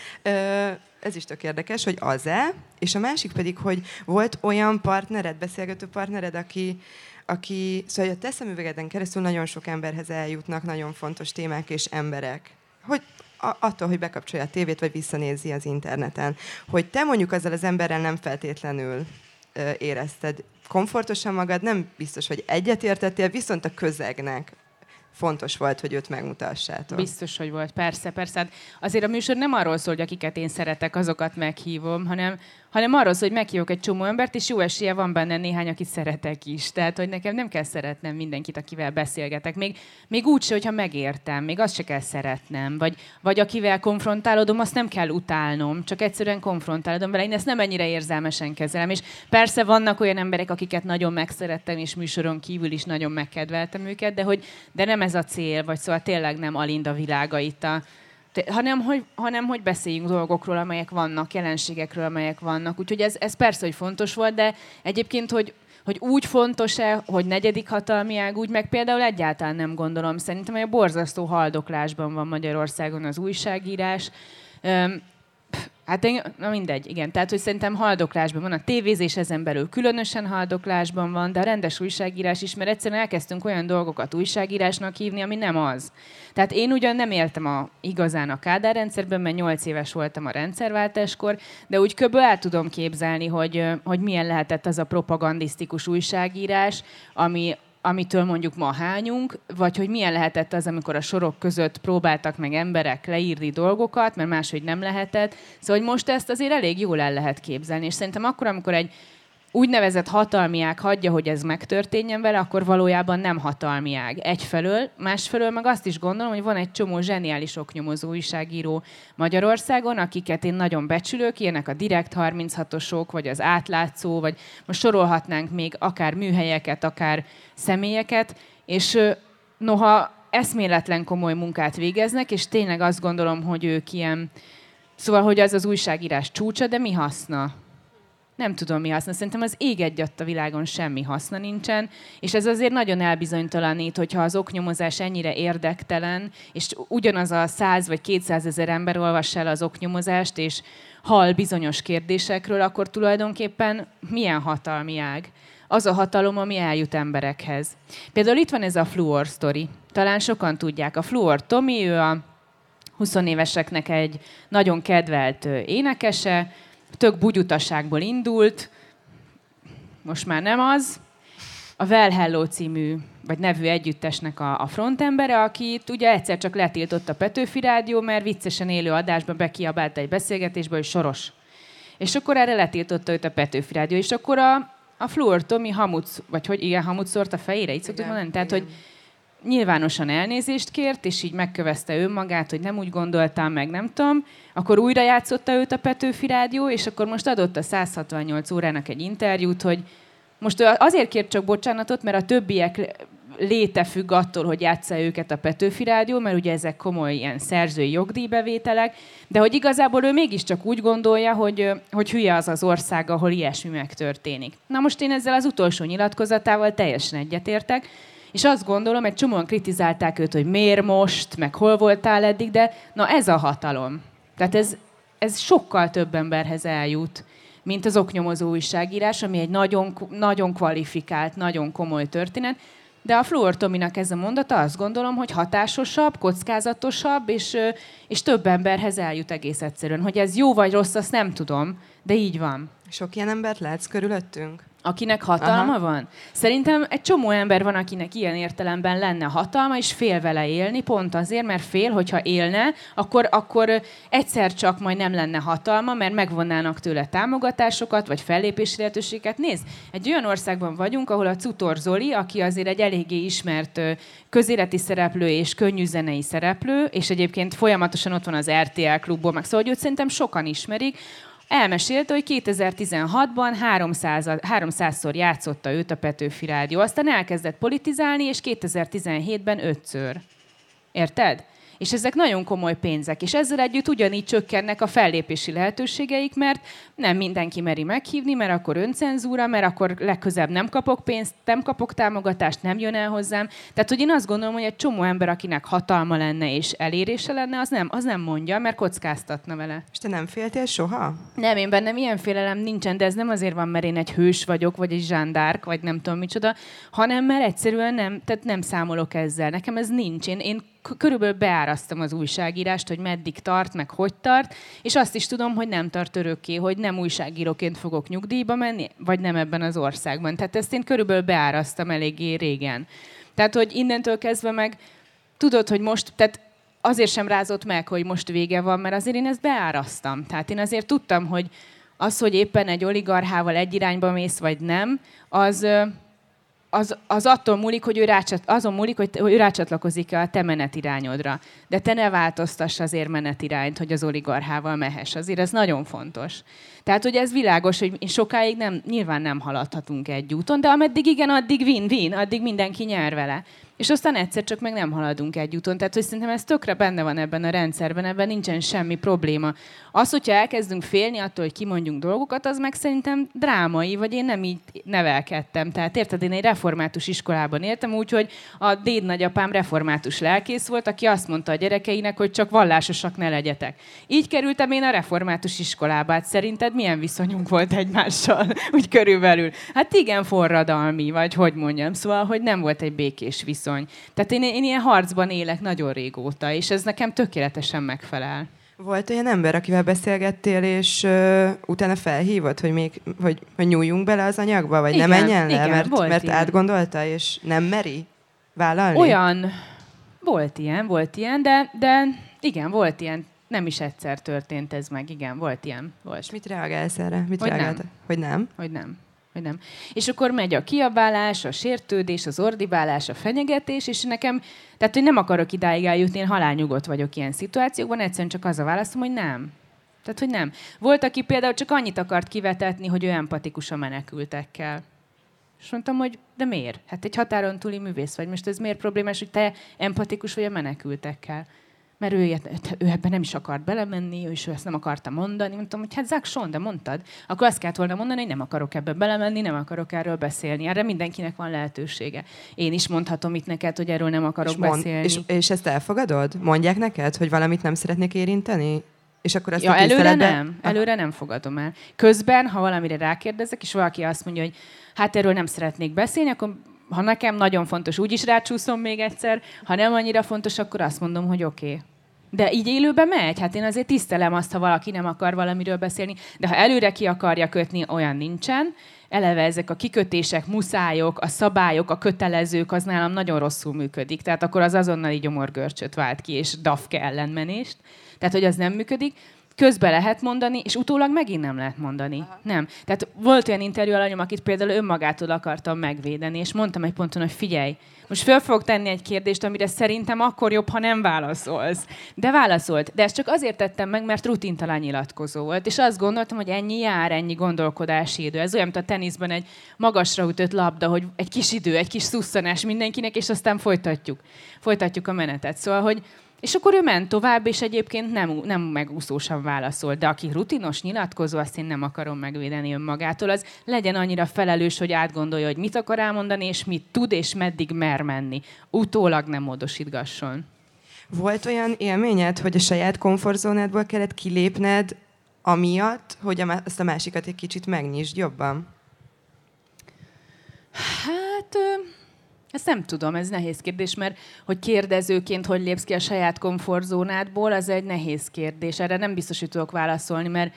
Ez is tök érdekes, hogy az-e, és a másik pedig, hogy volt olyan partnered, beszélgető partnered, aki, aki szóval a te szemüvegeden keresztül nagyon sok emberhez eljutnak nagyon fontos témák és emberek. Hogy a, attól, hogy bekapcsolja a tévét, vagy visszanézi az interneten. Hogy te mondjuk azzal az emberrel nem feltétlenül ö, érezted komfortosan magad, nem biztos, hogy egyetértettél, viszont a közegnek fontos volt, hogy őt megmutassátok. Biztos, hogy volt. Persze, persze. Hát azért a műsor nem arról szól, hogy akiket én szeretek, azokat meghívom, hanem, hanem arról szól, hogy meghívok egy csomó embert, és jó esélye van benne néhány, akit szeretek is. Tehát, hogy nekem nem kell szeretnem mindenkit, akivel beszélgetek. Még, még úgy se, hogyha megértem, még azt se kell szeretnem. Vagy, vagy akivel konfrontálódom, azt nem kell utálnom, csak egyszerűen konfrontálódom vele. Én ezt nem ennyire érzelmesen kezelem. És persze vannak olyan emberek, akiket nagyon megszerettem, és műsoron kívül is nagyon megkedveltem őket, de, hogy, de nem ez a cél, vagy szóval tényleg nem Alinda világa itt a... Hanem hogy, hanem, hogy beszéljünk dolgokról, amelyek vannak, jelenségekről, amelyek vannak. Úgyhogy ez, ez persze, hogy fontos volt, de egyébként, hogy, hogy úgy fontos-e, hogy negyedik hatalmi ág, úgy meg például egyáltalán nem gondolom. Szerintem, hogy a borzasztó haldoklásban van Magyarországon az újságírás. Üm, Hát én, na mindegy, igen. Tehát, hogy szerintem haldoklásban van. A tévézés ezen belül különösen haldoklásban van, de a rendes újságírás is, mert egyszerűen elkezdtünk olyan dolgokat újságírásnak hívni, ami nem az. Tehát én ugyan nem éltem a, igazán a Kádár rendszerben, mert nyolc éves voltam a rendszerváltáskor, de úgy köbben el tudom képzelni, hogy, hogy milyen lehetett az a propagandisztikus újságírás, ami amitől mondjuk ma hányunk, vagy hogy milyen lehetett az, amikor a sorok között próbáltak meg emberek leírni dolgokat, mert máshogy nem lehetett. Szóval hogy most ezt azért elég jól el lehet képzelni, és szerintem akkor, amikor egy úgynevezett hatalmi ág hagyja, hogy ez megtörténjen vele, akkor valójában nem hatalmi ág. Egyfelől, másfelől meg azt is gondolom, hogy van egy csomó zseniális oknyomozó újságíró Magyarországon, akiket én nagyon becsülök, ilyenek a Direkt harminchatosok, vagy az Átlátszó, vagy most sorolhatnánk még akár műhelyeket, akár személyeket, és noha eszméletlen komoly munkát végeznek, és tényleg azt gondolom, hogy ők ilyen, szóval, hogy az az újságírás csúcsa, de mi haszna? Nem tudom, mi haszna. Szerintem az ég egyatt a világon semmi haszna nincsen, és ez azért nagyon elbizonytalanít, hogyha az oknyomozás ennyire érdektelen, és ugyanaz a száz vagy kétszázezer ember olvassa el az oknyomozást, és hall bizonyos kérdésekről, akkor tulajdonképpen milyen hatalmi ág? Az a hatalom, ami eljut emberekhez. Például itt van ez a Fluor sztori. Talán sokan tudják. A Fluor Tomi, ő a húsz éveseknek egy nagyon kedvelt énekese, tök bugyutaságból indult, most már nem az, a Well Hello című, vagy nevű együttesnek a, a frontembere, akit ugye egyszer csak letiltott a Petőfi Rádió, mert viccesen élő adásban bekiabált egy beszélgetésből, hogy Soros. És akkor erre letiltotta őt a Petőfi Rádió, és akkor a, a Fluor Tomi hamut, vagy hogy igen, hamut szórt a fejére, így szoktuk mondani? Tehát, hogy nyilvánosan elnézést kért, és így megkövezte önmagát, hogy nem úgy gondoltam, meg nem tudom, akkor újra játszotta őt a Petőfi Rádió, és akkor most adott a száz hatvannyolc órának egy interjút, hogy most ő azért kért csak bocsánatot, mert a többiek léte függ attól, hogy játsza őket a Petőfi Rádió, mert ugye ezek komoly ilyen szerzői jogdíjbevételek, de hogy igazából ő mégiscsak úgy gondolja, hogy, hogy hülye az az ország, ahol ilyesmi megtörténik. Na most én ezzel az utolsó nyilatkozatával teljesen egyetértek, és azt gondolom, egy csomóan kritizálták őt, hogy miért most, meg hol voltál eddig, de na ez a hatalom. Tehát ez, ez sokkal több emberhez eljut, mint az oknyomozó újságírás, ami egy nagyon, nagyon kvalifikált, nagyon komoly történet. De a Fluor Tominak ez a mondata, azt gondolom, hogy hatásosabb, kockázatosabb, és, és több emberhez eljut egész egyszerűen. Hogy ez jó vagy rossz, azt nem tudom, de így van. Sok ilyen embert látsz körülöttünk? Akinek hatalma Aha. van? Szerintem egy csomó ember van, akinek ilyen értelemben lenne hatalma, és fél vele élni, pont azért, mert fél, hogyha élne, akkor, akkor egyszer csak majd nem lenne hatalma, mert megvonnának tőle támogatásokat, vagy fellépési lehetőséget. Nézd, egy olyan országban vagyunk, ahol a Cutor Zoli, aki azért egy eléggé ismert közéleti szereplő és könnyűzenei szereplő, és egyébként folyamatosan ott van az er té el klubból, meg szóval, hogy őt szerintem sokan ismerik, elmesélte, hogy kétezer-tizenhatban háromszázszor játszotta őt a Petőfi Rádió. Aztán elkezdett politizálni, és kétezer-tizenhétben ötször. Érted? És ezek nagyon komoly pénzek. És ezzel együtt ugyanígy csökkennek a fellépési lehetőségeik, mert nem mindenki meri meghívni, mert akkor öncenzúra, mert akkor legközelebb nem kapok pénzt, nem kapok támogatást, nem jön el hozzám. Tehát, hogy én azt gondolom, hogy egy csomó ember, akinek hatalma lenne és elérése lenne, az nem, az nem mondja, mert kockáztatna vele. És te nem féltél soha? Nem, én bennem ilyen félelem nincsen, de ez nem azért van, mert én egy hős vagyok, vagy egy zsándárk, vagy nem tudom micsoda, hanem mert egyszerűen nem, tehát nem számolok ezzel. Nekem ez nincs. Én, én körülbelül beárasztam az újságírást, hogy meddig tart, meg hogy tart, és azt is tudom, hogy nem tart örökké, hogy nem újságíróként fogok nyugdíjba menni, vagy nem ebben az országban. Tehát ezt én körülbelül beárasztam eléggé régen. Tehát, hogy innentől kezdve meg tudod, hogy most, tehát azért sem rázott meg, hogy most vége van, mert azért én ezt beárasztam. Tehát én azért tudtam, hogy az, hogy éppen egy oligarchával egy irányba mész, vagy nem, az... Az, az attól múlik, hogy ő rácsat, azon múlik, hogy, hogy ő rácsatlakozik-e a te menetirányodra. De te ne változtass azért menetirányt, hogy az oligarchával mehess. Azért ez nagyon fontos. Tehát, hogy ez világos, hogy sokáig nem, nyilván nem haladhatunk egy úton, de ameddig igen, addig win-win, addig mindenki nyer vele. És aztán egyszer csak meg nem haladunk egy úton. Tehát, hogy szerintem ez tökre benne van ebben a rendszerben, ebben nincsen semmi probléma. Az, hogyha elkezdünk félni attól, hogy kimondjunk dolgokat, az meg szerintem drámai, vagy én nem így nevelkedtem. Tehát érted, én egy református iskolában éltem, úgyhogy a déd nagyapám református lelkész volt, aki azt mondta a gyerekeinek, hogy csak vallásosak ne legyetek. Így kerültem én a református iskolába. Hát szerinted milyen viszonyunk volt egymással? Úgy körülbelül. Hát igen, forradalmi, vagy hogy mondjam. Szóval, hogy nem volt egy békés viszony. Tehát én, én ilyen harcban élek nagyon régóta, és ez nekem tökéletesen megfelel. Volt olyan ember, akivel beszélgettél, és uh, utána felhívott, hogy, még, hogy, hogy nyúljunk bele az anyagba, vagy igen, ne menjen le, igen, mert, mert ilyen. átgondolta, és nem meri vállalni? Olyan, volt ilyen, volt ilyen, de, de igen, volt ilyen. Nem is egyszer történt ez meg, igen, volt ilyen. Volt. És mit reagálsz erre? Mit hogy reagálta? nem. Hogy nem? Hogy nem. Hogy nem. És akkor megy a kiabálás, a sértődés, az ordibálás, a fenyegetés, és nekem, tehát hogy nem akarok idáig eljutni, én halálnyugodt vagyok ilyen szituációkban, egyszerűen csak az a válaszom, hogy nem. Tehát, hogy nem. Volt, aki például csak annyit akart kivetetni, hogy ő empatikus a menekültekkel. És mondtam, hogy de miért? Hát egy határon túli művész vagy. Most ez miért problémás, hogy te empatikus vagy a menekültekkel? Mert ő, ő ebben nem is akart belemenni, ő is ezt nem akarta mondani. Mondtam, hogy hát Zákson, de mondtad. Akkor azt kellett volna mondani, hogy nem akarok ebbe belemenni, nem akarok erről beszélni. Erre mindenkinek van lehetősége. Én is mondhatom itt neked, hogy erről nem akarok és mond, beszélni. És, és ezt elfogadod? Mondják neked, hogy valamit nem szeretnék érinteni? És akkor ezt ja, a előre nem. Előre nem fogadom el. Közben, ha valamire rákérdezek, és valaki azt mondja, hogy hát erről nem szeretnék beszélni, akkor ha nekem nagyon fontos, úgyis rácsúszom még egyszer, ha nem annyira fontos, akkor azt mondom, hogy oké. Okay. De így élőben megy? Hát én azért tisztelem azt, ha valaki nem akar valamiről beszélni, de ha előre ki akarja kötni, olyan nincsen. Eleve ezek a kikötések, muszályok, a szabályok, a kötelezők, az nálam nagyon rosszul működik. Tehát akkor az azonnali gyomorgörcsöt vált ki, és dafke ellenmenést. Tehát, hogy az nem működik. Közben lehet mondani, és utólag megint nem lehet mondani. Aha. Nem. Tehát volt olyan interjú alanyom, akit például önmagától akartam megvédeni, és mondtam egy ponton, hogy figyelj, most föl fogok tenni egy kérdést, amire szerintem akkor jobb, ha nem válaszolsz. De válaszolt. De ezt csak azért tettem meg, mert rutintalan nyilatkozó volt. És azt gondoltam, hogy ennyi jár, ennyi gondolkodási idő. Ez olyan, mint a teniszben egy magasra ütött labda, hogy egy kis idő, egy kis szusszanás mindenkinek, és aztán folytatjuk. Folytatjuk a menetet. Szóval, hogy és akkor ő ment tovább, és egyébként nem, nem megúszósan válaszolt. De aki rutinos nyilatkozó, azt én nem akarom megvédeni önmagától, az legyen annyira felelős, hogy átgondolja, hogy mit akar elmondani, és mit tud, és meddig mer menni. Utólag nem módosítgasson. Volt olyan élményed, hogy a saját komfortzónádból kellett kilépned amiatt, hogy azt a másikat egy kicsit megnyisd jobban? Hát... Ezt nem tudom, ez nehéz kérdés, mert hogy kérdezőként hogy lépsz ki a saját komfortzónádból, az egy nehéz kérdés. Erre nem biztos, hogy tudok válaszolni, mert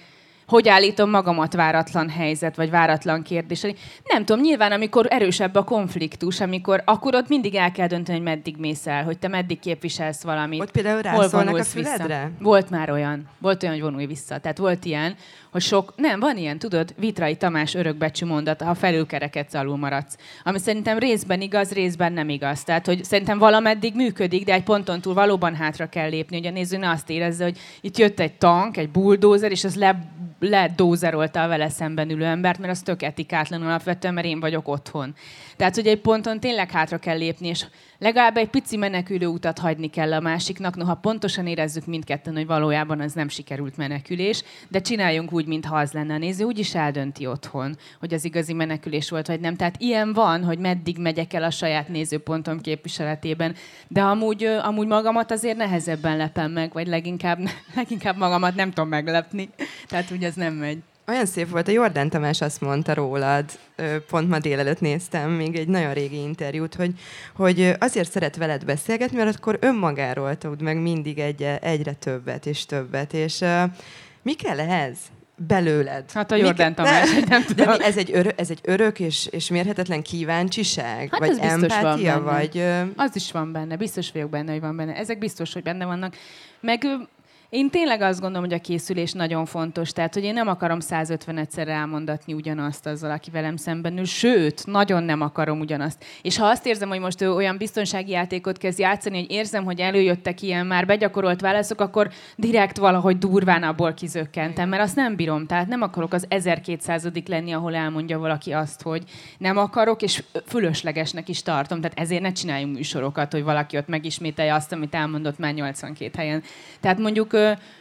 hogy állítom magamat váratlan helyzet, vagy váratlan kérdés. Nem tudom, nyilván amikor erősebb a konfliktus, amikor akkor ott mindig el kell dönteni, hogy meddig mész el, hogy te meddig képviselsz valamit. Ott például rászólnak a füledre? Vissza. Volt már olyan. Volt olyan, hogy vonulj vissza. Tehát volt ilyen, hogy sok... Nem, van ilyen, tudod, Vitrai Tamás örökbecsű mondata, ha felülkerekedsz, alul maradsz. Ami szerintem részben igaz, részben nem igaz. Tehát, hogy szerintem valameddig működik, de egy ponton túl valóban hátra kell lépni, hogy a néző ne azt érezze, hogy itt jött egy tank, egy buldózer, és az le ledózerolta a vele szemben ülő embert, mert az tök etikátlan alapvetően, mert én vagyok otthon. Tehát, hogy egy ponton tényleg hátra kell lépni, és legalább egy pici menekülő utat hagyni kell a másiknak, noha pontosan érezzük mindketten, hogy valójában az nem sikerült menekülés, de csináljunk úgy, mintha az lenne a néző, úgyis eldönti otthon, hogy az igazi menekülés volt, vagy nem. Tehát ilyen van, hogy meddig megyek el a saját nézőpontom képviseletében, de amúgy, amúgy magamat azért nehezebben lepem meg, vagy leginkább, leginkább magamat nem tudom meglepni. Tehát úgy ez nem megy. Olyan szép volt, a Jordán Tamás azt mondta rólad, pont ma délelőtt néztem még egy nagyon régi interjút, hogy, hogy azért szeret veled beszélgetni, mert akkor önmagáról tud meg mindig egy, egyre többet és többet, és uh, mi kell ehhez? Belőled. Hát a Jordán Tamás, de, nem tudom. De ez egy, örö, ez egy örök és, és mérhetetlen kíváncsiság? Hát vagy empátia? Vagy, uh... az is van benne, biztos vagyok benne, hogy van benne. Ezek biztos, hogy benne vannak. Meg én tényleg azt gondolom, hogy a készülés nagyon fontos. Tehát, hogy én nem akarom százötven-szer elmondatni ugyanazt azzal, aki velem szemben ül. Sőt, nagyon nem akarom ugyanazt. És ha azt érzem, hogy most ő olyan biztonsági játékot kezd játszani, hogy érzem, hogy előjöttek ilyen már begyakorolt válaszok, akkor direkt valahogy durván abból kizökkentem, mert azt nem bírom. Tehát nem akarok az ezerkétszázadik lenni, ahol elmondja valaki azt, hogy nem akarok, és fölöslegesnek is tartom. Tehát ezért ne csináljunk műsorokat, hogy valaki ott megismételje azt, amit elmondott már nyolcvankét helyen. Tehát mondjuk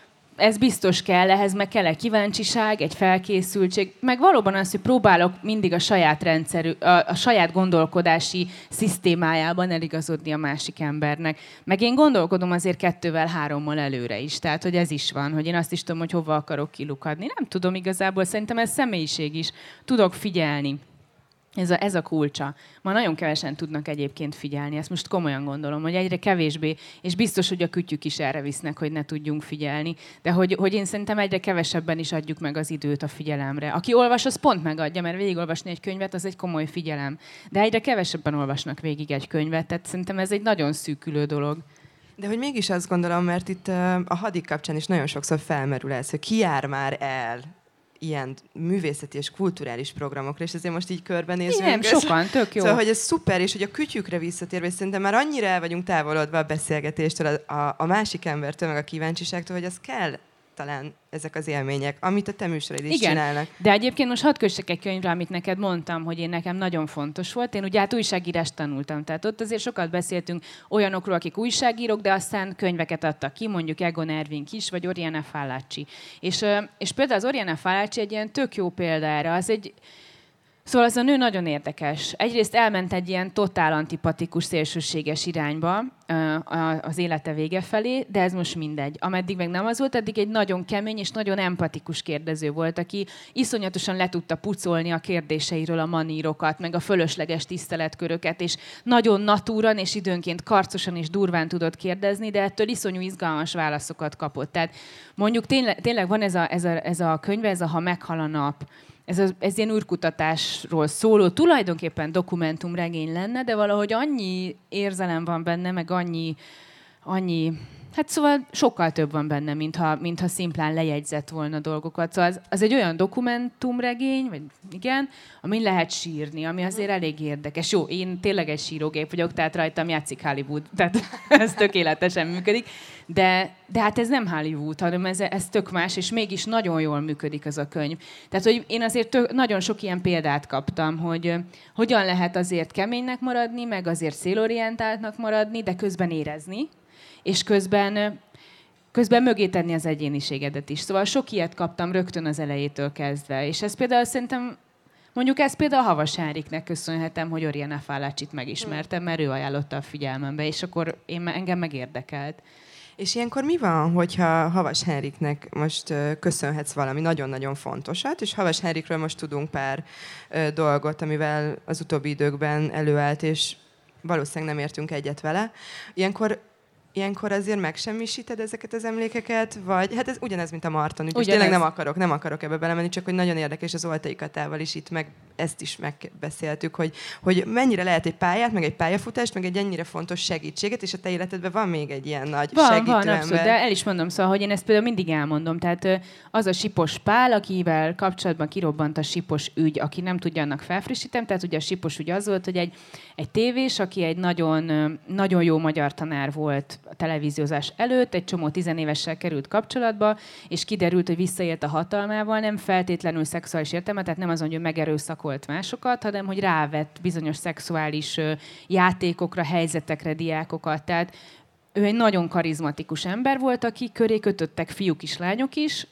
ez biztos kell, ehhez meg kell egy kíváncsiság, egy felkészültség, meg valóban az, hogy próbálok mindig a saját rendszerű, a, a saját gondolkodási szisztémájában eligazodni a másik embernek. Meg én gondolkodom azért kettővel, hárommal előre is. Tehát, hogy ez is van, hogy én azt is tudom, hogy hova akarok kilukadni. Nem tudom igazából, szerintem ez személyiség is. Tudok figyelni. Ez a, ez a kulcsa. Ma nagyon kevesen tudnak egyébként figyelni, ezt most komolyan gondolom, hogy egyre kevésbé, és biztos, hogy a kütyük is erre visznek, hogy ne tudjunk figyelni, de hogy, hogy én szerintem egyre kevesebben is adjuk meg az időt a figyelemre. Aki olvas, az pont megadja, mert végigolvasni egy könyvet, az egy komoly figyelem. De egyre kevesebben olvasnak végig egy könyvet, tehát szerintem ez egy nagyon szűkülő dolog. De hogy mégis azt gondolom, mert itt a hadik kapcsán is nagyon sokszor felmerül ez, hogy ki jár már el ilyen művészeti és kulturális programokra, és ezért most így körbenézünk. Igen, sokan, tök jó. Szóval, hogy ez szuper, és hogy a kütyükre visszatérve, és szerintem már annyira el vagyunk távolodva a beszélgetéstől, a, a, a másik embertől, meg a kíváncsiságtól, hogy az kell talán ezek az élmények, amit a te műsoraid is igen, csinálnak. De egyébként most hadd kössek egy könyvre, amit neked mondtam, hogy én nekem nagyon fontos volt. Én ugye hát újságírást tanultam, tehát ott azért sokat beszéltünk olyanokról, akik újságírók, de aztán könyveket adtak ki, mondjuk Egon Ervin Kiss, vagy Oriana Fallaci. És, és például az Oriana Fallaci egy ilyen tök jó példa erre. Az egy Szóval az a nő nagyon érdekes. Egyrészt elment egy ilyen totál antipatikus, szélsőséges irányba az élete vége felé, de ez most mindegy. Ameddig meg nem az volt, addig egy nagyon kemény és nagyon empatikus kérdező volt, aki iszonyatosan le tudta pucolni a kérdéseiről a manírokat, meg a fölösleges tiszteletköröket, és nagyon natúran és időnként karcosan és durván tudott kérdezni, de ettől iszonyú izgalmas válaszokat kapott. Tehát mondjuk tényleg, tényleg van ez a, ez, a, ez a könyve, ez a Ha meghal a nap. Ez, az, ez ilyen űrkutatásról szóló, tulajdonképpen dokumentumregény lenne, de valahogy annyi érzelem van benne, meg annyi, annyi hát szóval sokkal több van benne, mintha, mintha szimplán lejegyzett volna dolgokat. Szóval az, az egy olyan dokumentumregény, vagy igen, amin lehet sírni, ami azért elég érdekes. Jó, én tényleg egy sírógép vagyok, tehát rajtam játszik Hollywood, tehát ez tökéletesen működik. De, de hát ez nem Hollywood, hanem ez, ez tök más, és mégis nagyon jól működik ez a könyv. Tehát, hogy én azért tök, nagyon sok ilyen példát kaptam, hogy hogyan lehet azért keménynek maradni, meg azért célorientáltnak maradni, de közben érezni, és közben, közben mögé tenni az egyéniségedet is. Szóval sok ilyet kaptam rögtön az elejétől kezdve. És ez például szerintem, mondjuk ezt például Havas Henriknek köszönhetem, hogy Oriana Fallacit megismertem, mert ő ajánlotta a figyelmembe, és akkor én, engem megérdekelt. És ilyenkor mi van, hogyha Havas Henriknek most köszönhetsz valami nagyon-nagyon fontosat, és Havas Henrikről most tudunk pár dolgot, amivel az utóbbi időkben előállt, és valószínűleg nem értünk egyet vele. Ilyenkor ilyenkor azért megsemmisíted ezeket az emlékeket, vagy hát ez ugyanez, mint a Marton ügy. Tényleg nem akarok, nem akarok ebbe belemenni, csak hogy nagyon érdekes az Oltai Katával is itt meg ezt is megbeszéltük, hogy, hogy mennyire lehet egy pályát, meg egy pályafutást, meg egy ennyire fontos segítséget, és a te életedben van még egy ilyen nagy van, segítő van, ember. abszolút, de el is mondom, szóval, hogy én ezt például mindig elmondom. Tehát az a Sipos Pál, akivel kapcsolatban kirobbant a Sipos ügy, aki nem tudja, annak felfrissítem. Tehát ugye a Sipos ügy az volt, hogy egy, egy tévés, aki egy nagyon, nagyon jó magyar tanár volt a televíziózás előtt, egy csomó tizenévessel került kapcsolatba, és kiderült, hogy visszaélt a hatalmával, nem feltétlenül szexuális értelme, tehát nem azon, hogy ő megerőszakolt másokat, hanem hogy rávett bizonyos szexuális játékokra, helyzetekre diákokat. Tehát ő egy nagyon karizmatikus ember volt, aki köré kötöttek fiúk is, lányok is,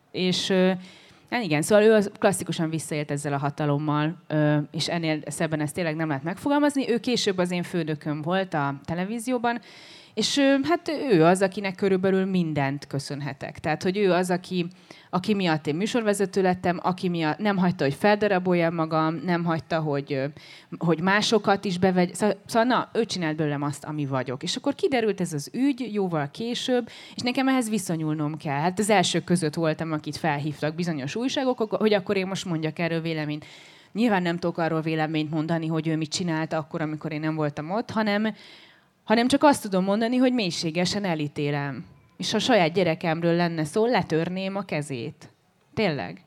és hát igen, szóval ő az klasszikusan visszaélt ezzel a hatalommal, és ennél szebben ezt tényleg nem lehet megfogalmazni. Ő később az én főnököm volt a televízióban, és hát ő az, akinek körülbelül mindent köszönhetek. Tehát, hogy ő az, aki, aki miatt én műsorvezető lettem, aki miatt nem hagyta, hogy feldaraboljam magam, nem hagyta, hogy, hogy másokat is bevegy. Szóval, szóval na, ő csinált belőlem azt, ami vagyok. És akkor kiderült ez az ügy jóval később, és nekem ehhez viszonyulnom kell. Hát az elsők között voltam, akit felhívtak bizonyos újságok, hogy akkor én most mondjak erről véleményt. Nyilván nem tudok arról véleményt mondani, hogy ő mit csinált akkor, amikor én nem voltam ott, hanem hanem csak azt tudom mondani, hogy mélységesen elítélem. És ha a saját gyerekemről lenne szó, letörném a kezét. Tényleg.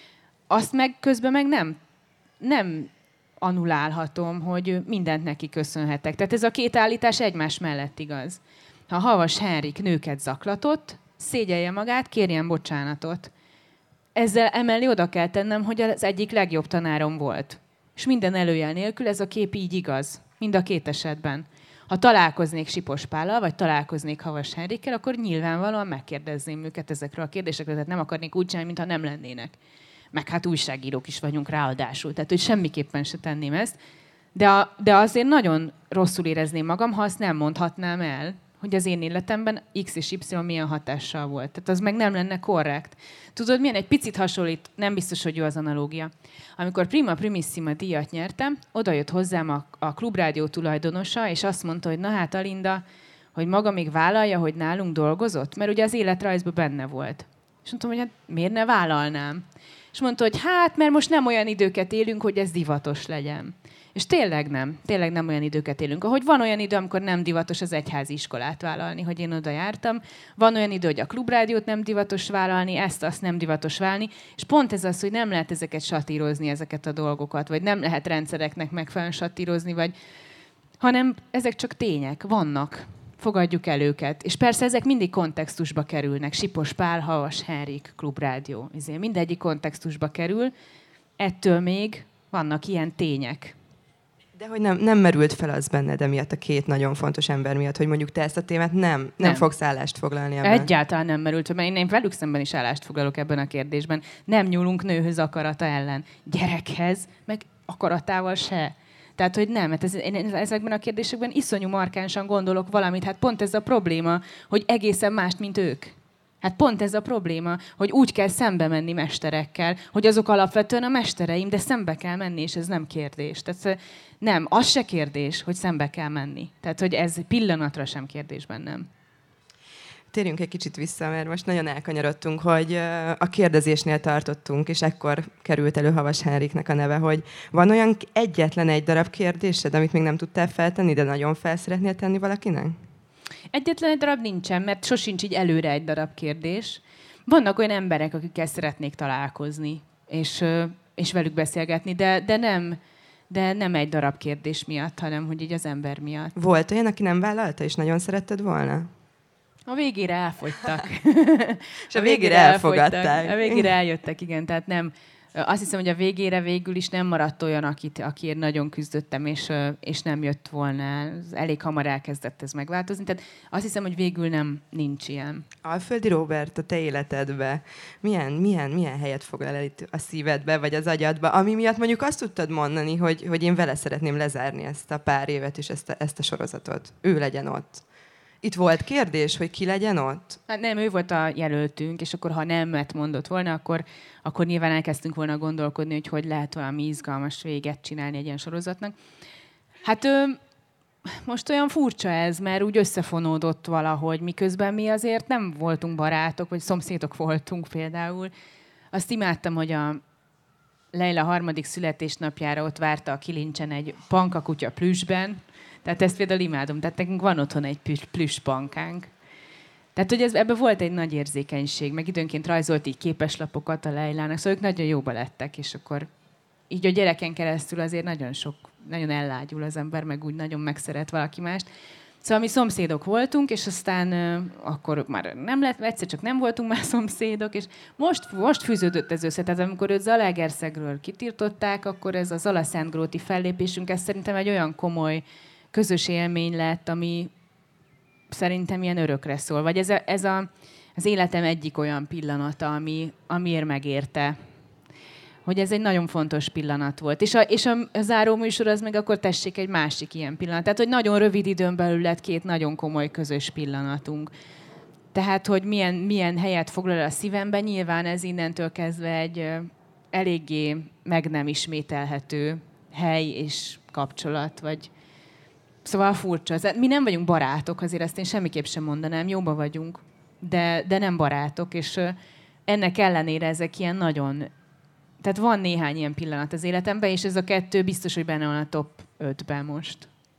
Azt meg közben meg nem, nem annulálhatom, hogy mindent neki köszönhetek. Tehát ez a két állítás egymás mellett igaz. Ha Havas Henrik nőket zaklatott, szégyelje magát, kérjen bocsánatot. Ezzel emellé oda kell tennem, hogy az egyik legjobb tanárom volt. És minden előjel nélkül ez a kép így igaz. Mind a két esetben. Ha találkoznék Sipos Pállal, vagy találkoznék Havas Henrikkel, akkor nyilvánvalóan megkérdezném őket ezekről a kérdésekről, tehát nem akarnék úgy csinálni, mintha nem lennének. Meg hát újságírók is vagyunk ráadásul, tehát hogy semmiképpen se tenném ezt. De, a, de azért nagyon rosszul érezném magam, ha azt nem mondhatnám el, hogy az én életemben X és Y milyen hatással volt. Tehát az meg nem lenne korrekt. Tudod, milyen egy picit hasonlít, nem biztos, hogy jó az analógia. Amikor Prima Primissima díjat nyertem, oda jött hozzám a, a Klubrádió tulajdonosa, és azt mondta, hogy na hát Alinda, hogy maga még vállalja, hogy nálunk dolgozott, mert ugye az életrajzban benne volt. És mondtam, hogy hát miért ne vállalnám? És mondta, hogy hát, mert most nem olyan időket élünk, hogy ez divatos legyen. És tényleg nem. Tényleg nem olyan időket élünk. Ahogy van olyan idő, amikor nem divatos az egyházi iskolát vállalni, hogy én oda jártam. Van olyan idő, hogy a Klubrádiót nem divatos vállalni, ezt, azt nem divatos vállalni. És pont ez az, hogy nem lehet ezeket satírozni, ezeket a dolgokat, vagy nem lehet rendszereknek megfelelően satírozni, vagy... hanem ezek csak tények, vannak. Fogadjuk el őket. És persze ezek mindig kontextusba kerülnek. Sipos Pál, Havas Henrik, Klubrádió. Ezért mindegyik kontextusba kerül. Ettől még vannak ilyen tények. De hogy nem, nem merült fel az benned emiatt a két nagyon fontos ember miatt, hogy mondjuk te ezt a témát nem, nem, nem. fogsz állást foglalni ebben? Egyáltalán nem merült fel, mert én, én velük szemben is állást foglalok ebben a kérdésben. Nem nyúlunk nőhöz akarata ellen. Gyerekhez, meg akaratával se. Tehát, hogy nem, mert ez, én ezekben a kérdésekben iszonyú markánsan gondolok valamit. Hát pont ez a probléma, hogy egészen mást, mint ők. Hát pont ez a probléma, hogy úgy kell szembe menni mesterekkel, hogy azok alapvetően a mestereim, de szembe kell menni, és ez nem kérdés. Tehát nem, az se kérdés, hogy szembe kell menni. Tehát, hogy ez pillanatra sem kérdés bennem. Térjünk egy kicsit vissza, mert most nagyon elkanyarodtunk, hogy a kérdezésnél tartottunk, és ekkor került elő Havas Henriknek a neve, hogy van olyan egyetlen egy darab kérdésed, amit még nem tudtál feltenni, de nagyon fel szeretnél tenni valakinek? Egyetlen egy darab nincsen, mert sosincs így előre egy darab kérdés. Vannak olyan emberek, akikkel szeretnék találkozni, és, és velük beszélgetni, de, de, nem, de nem egy darab kérdés miatt, hanem hogy így az ember miatt. Volt olyan, aki nem vállalta, és nagyon szeretted volna? A végére elfogytak. És a, a végére, végére elfogadták. Elfogytak. A végére eljöttek, igen, tehát nem... Azt hiszem, hogy a végére végül is nem maradt olyan, akit, akiért nagyon küzdöttem, és, és nem jött volna. Elég hamar elkezdett ez megváltozni. Tehát azt hiszem, hogy végül nem nincs ilyen. Alföldi Róbert, a te életedbe milyen, milyen, milyen helyet foglal el itt a szívedbe, vagy az agyadba, ami miatt mondjuk azt tudtad mondani, hogy, hogy én vele szeretném lezárni ezt a pár évet, és ezt a, ezt a sorozatot. Ő legyen ott. Itt volt kérdés, hogy ki legyen ott? Hát nem, ő volt a jelöltünk, és akkor ha nemet mondott volna, akkor, akkor nyilván elkezdtünk volna gondolkodni, hogy hogy lehet valami izgalmas véget csinálni egy ilyen sorozatnak. Hát ő, most olyan furcsa ez, mert úgy összefonódott valahogy, miközben mi azért nem voltunk barátok, vagy szomszédok voltunk például. Azt imádtam, hogy a Leila harmadik születésnapjára ott várta a kilincsen egy pankakutya plüssben. Tehát ezt például imádom. Tehát nekünk van otthon egy plüss pankánk. Tehát, hogy ez, ebben volt egy nagy érzékenység, meg időnként rajzolt így képeslapokat a Leilának, szóval ők nagyon jóba lettek, és akkor így a gyereken keresztül azért nagyon sok, nagyon ellágyul az ember, meg úgy nagyon megszeret valaki mást. Szóval mi szomszédok voltunk, és aztán uh, akkor már nem lett, egyszer csak nem voltunk már szomszédok, és most, most fűződött ez össze. Tehát amikor őt Zalaegerszegről kitiltották, akkor ez a Zalaszentgróti fellépésünk, ez szerintem egy olyan komoly közös élmény lett, ami szerintem ilyen örökre szól. Vagy ez, a, ez a, az életem egyik olyan pillanata, ami, amiért megérte. Hogy ez egy nagyon fontos pillanat volt. És a, és a záró műsor az meg akkor tessék egy másik ilyen pillanat. Tehát, hogy nagyon rövid időn belül lett két nagyon komoly közös pillanatunk. Tehát, hogy milyen, milyen helyet foglal a szívemben, nyilván ez innentől kezdve egy uh, eléggé meg nem ismételhető hely és kapcsolat, vagy szóval furcsa. Mi nem vagyunk barátok, azért ezt én semmiképp sem mondanám, jóba vagyunk, de, de nem barátok, és uh, ennek ellenére ezek ilyen nagyon... Tehát van néhány ilyen pillanat az életemben, és ez a kettő biztos, hogy benne van a top ötben most.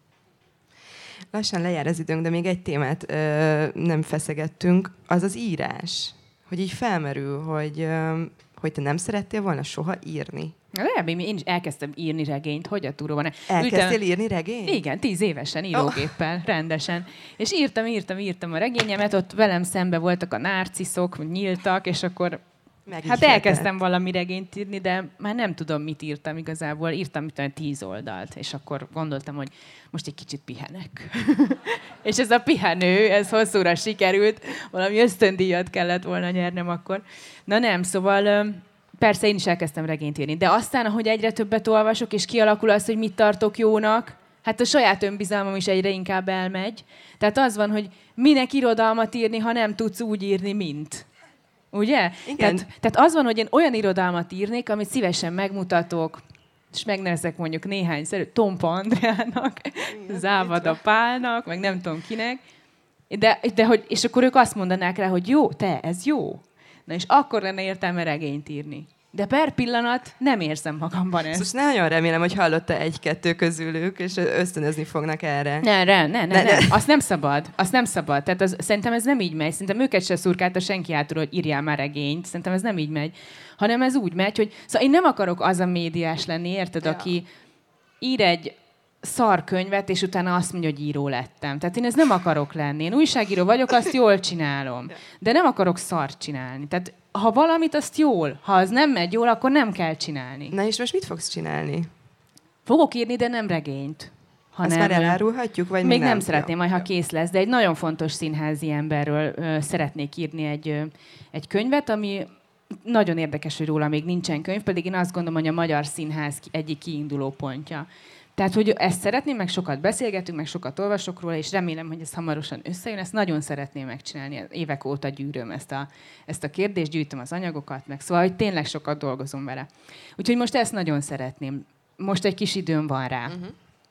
Lassan lejár az időnk, de még egy témát ö, nem feszegettünk, az az írás. Hogy így felmerül, hogy, ö, hogy te nem szerettél volna soha írni. Legalább én is elkezdtem írni regényt, hogy a túró van. Elkezdtél Ültem... írni regényt? Igen, tíz évesen, írógéppel, oh. rendesen. És írtam, írtam, írtam a regényemet, ott velem szembe voltak a nárciszok, nyíltak, és akkor hát elkezdtem valami regényt írni, de már nem tudom, mit írtam igazából. Írtam mit olyan tíz oldalt, és akkor gondoltam, hogy most egy kicsit pihenek. És ez a pihenő, ez hosszúra sikerült, valami ösztöndíjat kellett volna nyernem akkor. Na nem, szóval persze én is elkezdtem regényt írni, de aztán, ahogy egyre többet olvasok, és kialakul az, hogy mit tartok jónak, hát a saját önbizalmam is egyre inkább elmegy. Tehát az van, hogy minek irodalmat írni, ha nem tudsz úgy írni, mint... Ugye? Igen. Tehát, tehát az van, hogy én olyan irodalmat írnék, amit szívesen megmutatok, és megnevezek mondjuk néhány szerű, Tompa Andreának, Závada Pálnak, meg nem tudom kinek, de, de hogy, és akkor ők azt mondanák rá, hogy jó, te, ez jó. Na és akkor lenne értelme regényt írni. De per pillanat nem érzem magamban ezt. Szóval nagyon remélem, hogy hallotta egy-kettő közülük, és ösztönözni fognak erre. Ne, ne, ne, ne, ne. Azt nem szabad. Azt nem szabad. Tehát az, szerintem ez nem így megy. Szerintem őket se szurkálta senki átul, hogy írjál már regényt. Szerintem ez nem így megy. Hanem ez úgy megy, hogy... Szóval én nem akarok az a médiás lenni, érted, ja. aki ír egy szar könyvet, és utána azt mondja, hogy író lettem. Tehát én ezt nem akarok lenni. Én újságíró vagyok, azt jól csinálom. De nem akarok szart csinálni. Tehát ha valamit, azt jól. Ha az nem megy jól, akkor nem kell csinálni. Na és most mit fogsz csinálni? Fogok írni, de nem regényt. Azt már elárulhatjuk, vagy még nem? nem szeretném, ja. majd ha kész lesz, de egy nagyon fontos színházi emberről ö, szeretnék írni egy, ö, egy könyvet, ami nagyon érdekes, hogy róla még nincsen könyv, pedig én azt gondolom, hogy a magyar színház egyik kiinduló pontja. Tehát, hogy ezt szeretném, meg sokat beszélgetünk, meg sokat olvasok róla, és remélem, hogy ez hamarosan összejön. Ezt nagyon szeretném megcsinálni. Évek óta gyűröm ezt a, ezt a kérdést, gyűjtöm az anyagokat, meg szóval, hogy tényleg sokat dolgozom vele. Úgyhogy most ezt nagyon szeretném. Most egy kis időm van rá. Uh-huh.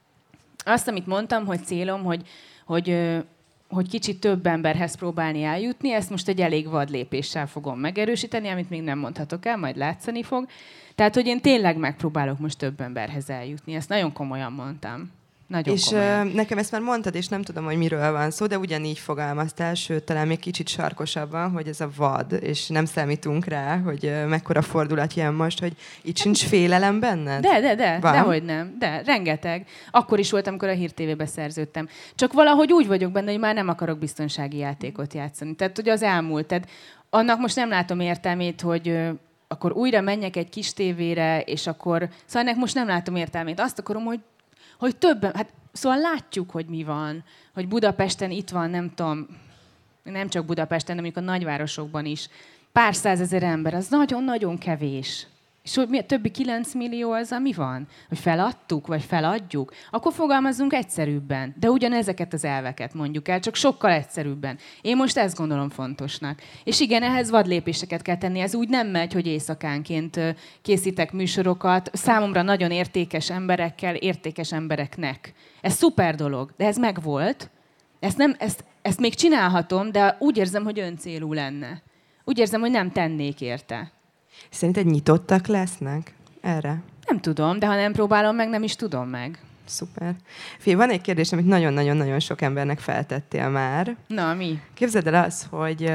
Azt, amit mondtam, hogy célom, hogy, hogy, hogy kicsit több emberhez próbálni eljutni, ezt most egy elég vad lépéssel fogom megerősíteni, amit még nem mondhatok el, majd látszani fog. Tehát, hogy én tényleg megpróbálok most több emberhez eljutni. Ezt nagyon komolyan mondtam. Nagyon és komolyan. Uh, nekem ezt már mondtad, és nem tudom, hogy miről van szó, de ugyanígy fogalmaztál, sőt, talán még kicsit sarkosabban, hogy ez a vad, és nem számítunk rá, hogy uh, mekkora fordulat jön most, hogy itt sincs félelem benned? De, de, de, dehogy nem. De, rengeteg. Akkor is volt, amikor a Hír té vébe szerződtem. Csak valahogy úgy vagyok benne, hogy már nem akarok biztonsági játékot játszani. Tehát, hogy az elmúlt. Tehát annak most nem látom értelmét, hogy... Uh, akkor újra menjek egy kis tévére, és akkor... Szóval ennek most nem látom értelmét. Azt akarom, hogy, hogy többen... Hát, szóval látjuk, hogy mi van. Hogy Budapesten itt van, nem tudom, nem csak Budapesten, de mondjuk a nagyvárosokban is. Pár százezer ember, az nagyon-nagyon kevés. És hogy mi a többi kilenc millió az, ami van? Hogy feladtuk, vagy feladjuk? Akkor fogalmazzunk egyszerűbben. De ugyanezeket az elveket mondjuk el, csak sokkal egyszerűbben. Én most ezt gondolom fontosnak. És igen, ehhez vadlépéseket kell tenni. Ez úgy nem megy, hogy éjszakánként készítek műsorokat számomra nagyon értékes emberekkel, értékes embereknek. Ez szuper dolog, de ez megvolt. Ezt, nem, ezt, ezt még csinálhatom, de úgy érzem, hogy öncélú lenne. Úgy érzem, hogy nem tennék érte. Szerinted nyitottak lesznek erre? Nem tudom, de ha nem próbálom meg, nem is tudom meg. Szuper. Fé, van egy kérdés, amit nagyon-nagyon-nagyon sok embernek feltettél már. Na, mi? Képzeld el azt, hogy,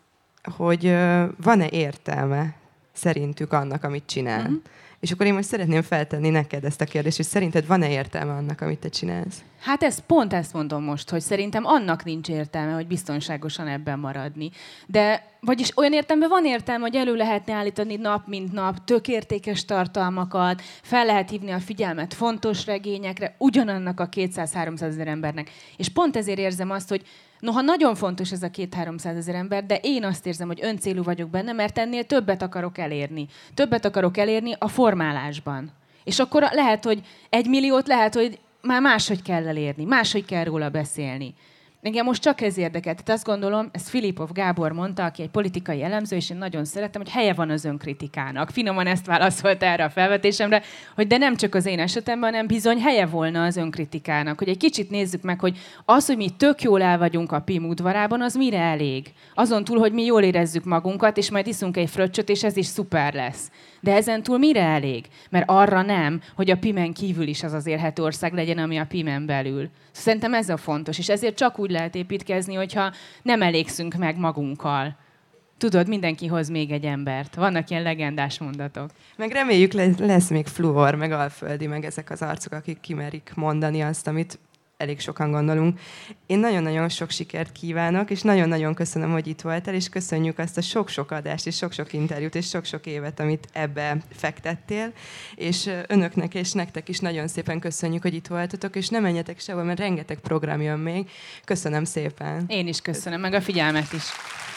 hogy van-e értelme szerintük annak, amit csinál. Mm-hmm. És akkor én most szeretném feltenni neked ezt a kérdést, hogy szerinted van-e értelme annak, amit te csinálsz? Hát ezt, pont ezt mondom most, hogy szerintem annak nincs értelme, hogy biztonságosan ebben maradni. De, vagyis olyan értelme van értelme, hogy elő lehetne állítani nap mint nap tök értékes tartalmakat, fel lehet hívni a figyelmet fontos regényekre, ugyanannak a kétszáz-háromszázezer embernek. És pont ezért érzem azt, hogy noha nagyon fontos ez a két-háromszázezer ember, de én azt érzem, hogy öncélú vagyok benne, mert ennél többet akarok elérni. Többet akarok elérni a formálásban. És akkor lehet, hogy egy milliót lehet, hogy már máshogy kell elérni, máshogy kell róla beszélni. Engem most csak ez érdekel. Tehát azt gondolom, ezt Filipov Gábor mondta, aki egy politikai elemző, és én nagyon szeretem, hogy helye van az önkritikának. Finoman ezt válaszolt erre a felvetésemre, hogy de nem csak az én esetemben, hanem bizony helye volna az önkritikának. Hogy egy kicsit nézzük meg, hogy az, hogy mi tök jól el vagyunk a Pim udvarában, az mire elég? Azon túl, hogy mi jól érezzük magunkat, és majd iszunk egy fröccsöt, és ez is szuper lesz. De ezen túl mire elég? Mert arra nem, hogy a Pimen kívül is az az élhető ország legyen, ami a Pimen belül. Szerintem ez a fontos, és ezért csak úgy lehet építkezni, hogyha nem elégszünk meg magunkkal. Tudod, mindenki hoz még egy embert. Vannak ilyen legendás mondatok. Meg reméljük lesz még fluor, meg alföldi, meg ezek az arcok, akik kimerik mondani azt, amit elég sokan gondolunk. Én nagyon-nagyon sok sikert kívánok, és nagyon-nagyon köszönöm, hogy itt voltál, és köszönjük azt a sok-sok adást, és sok-sok interjút, és sok-sok évet, amit ebbe fektettél. És önöknek és nektek is nagyon szépen köszönjük, hogy itt voltatok, és ne menjetek sehol, mert rengeteg program jön még. Köszönöm szépen. Én is köszönöm, meg a figyelmet is.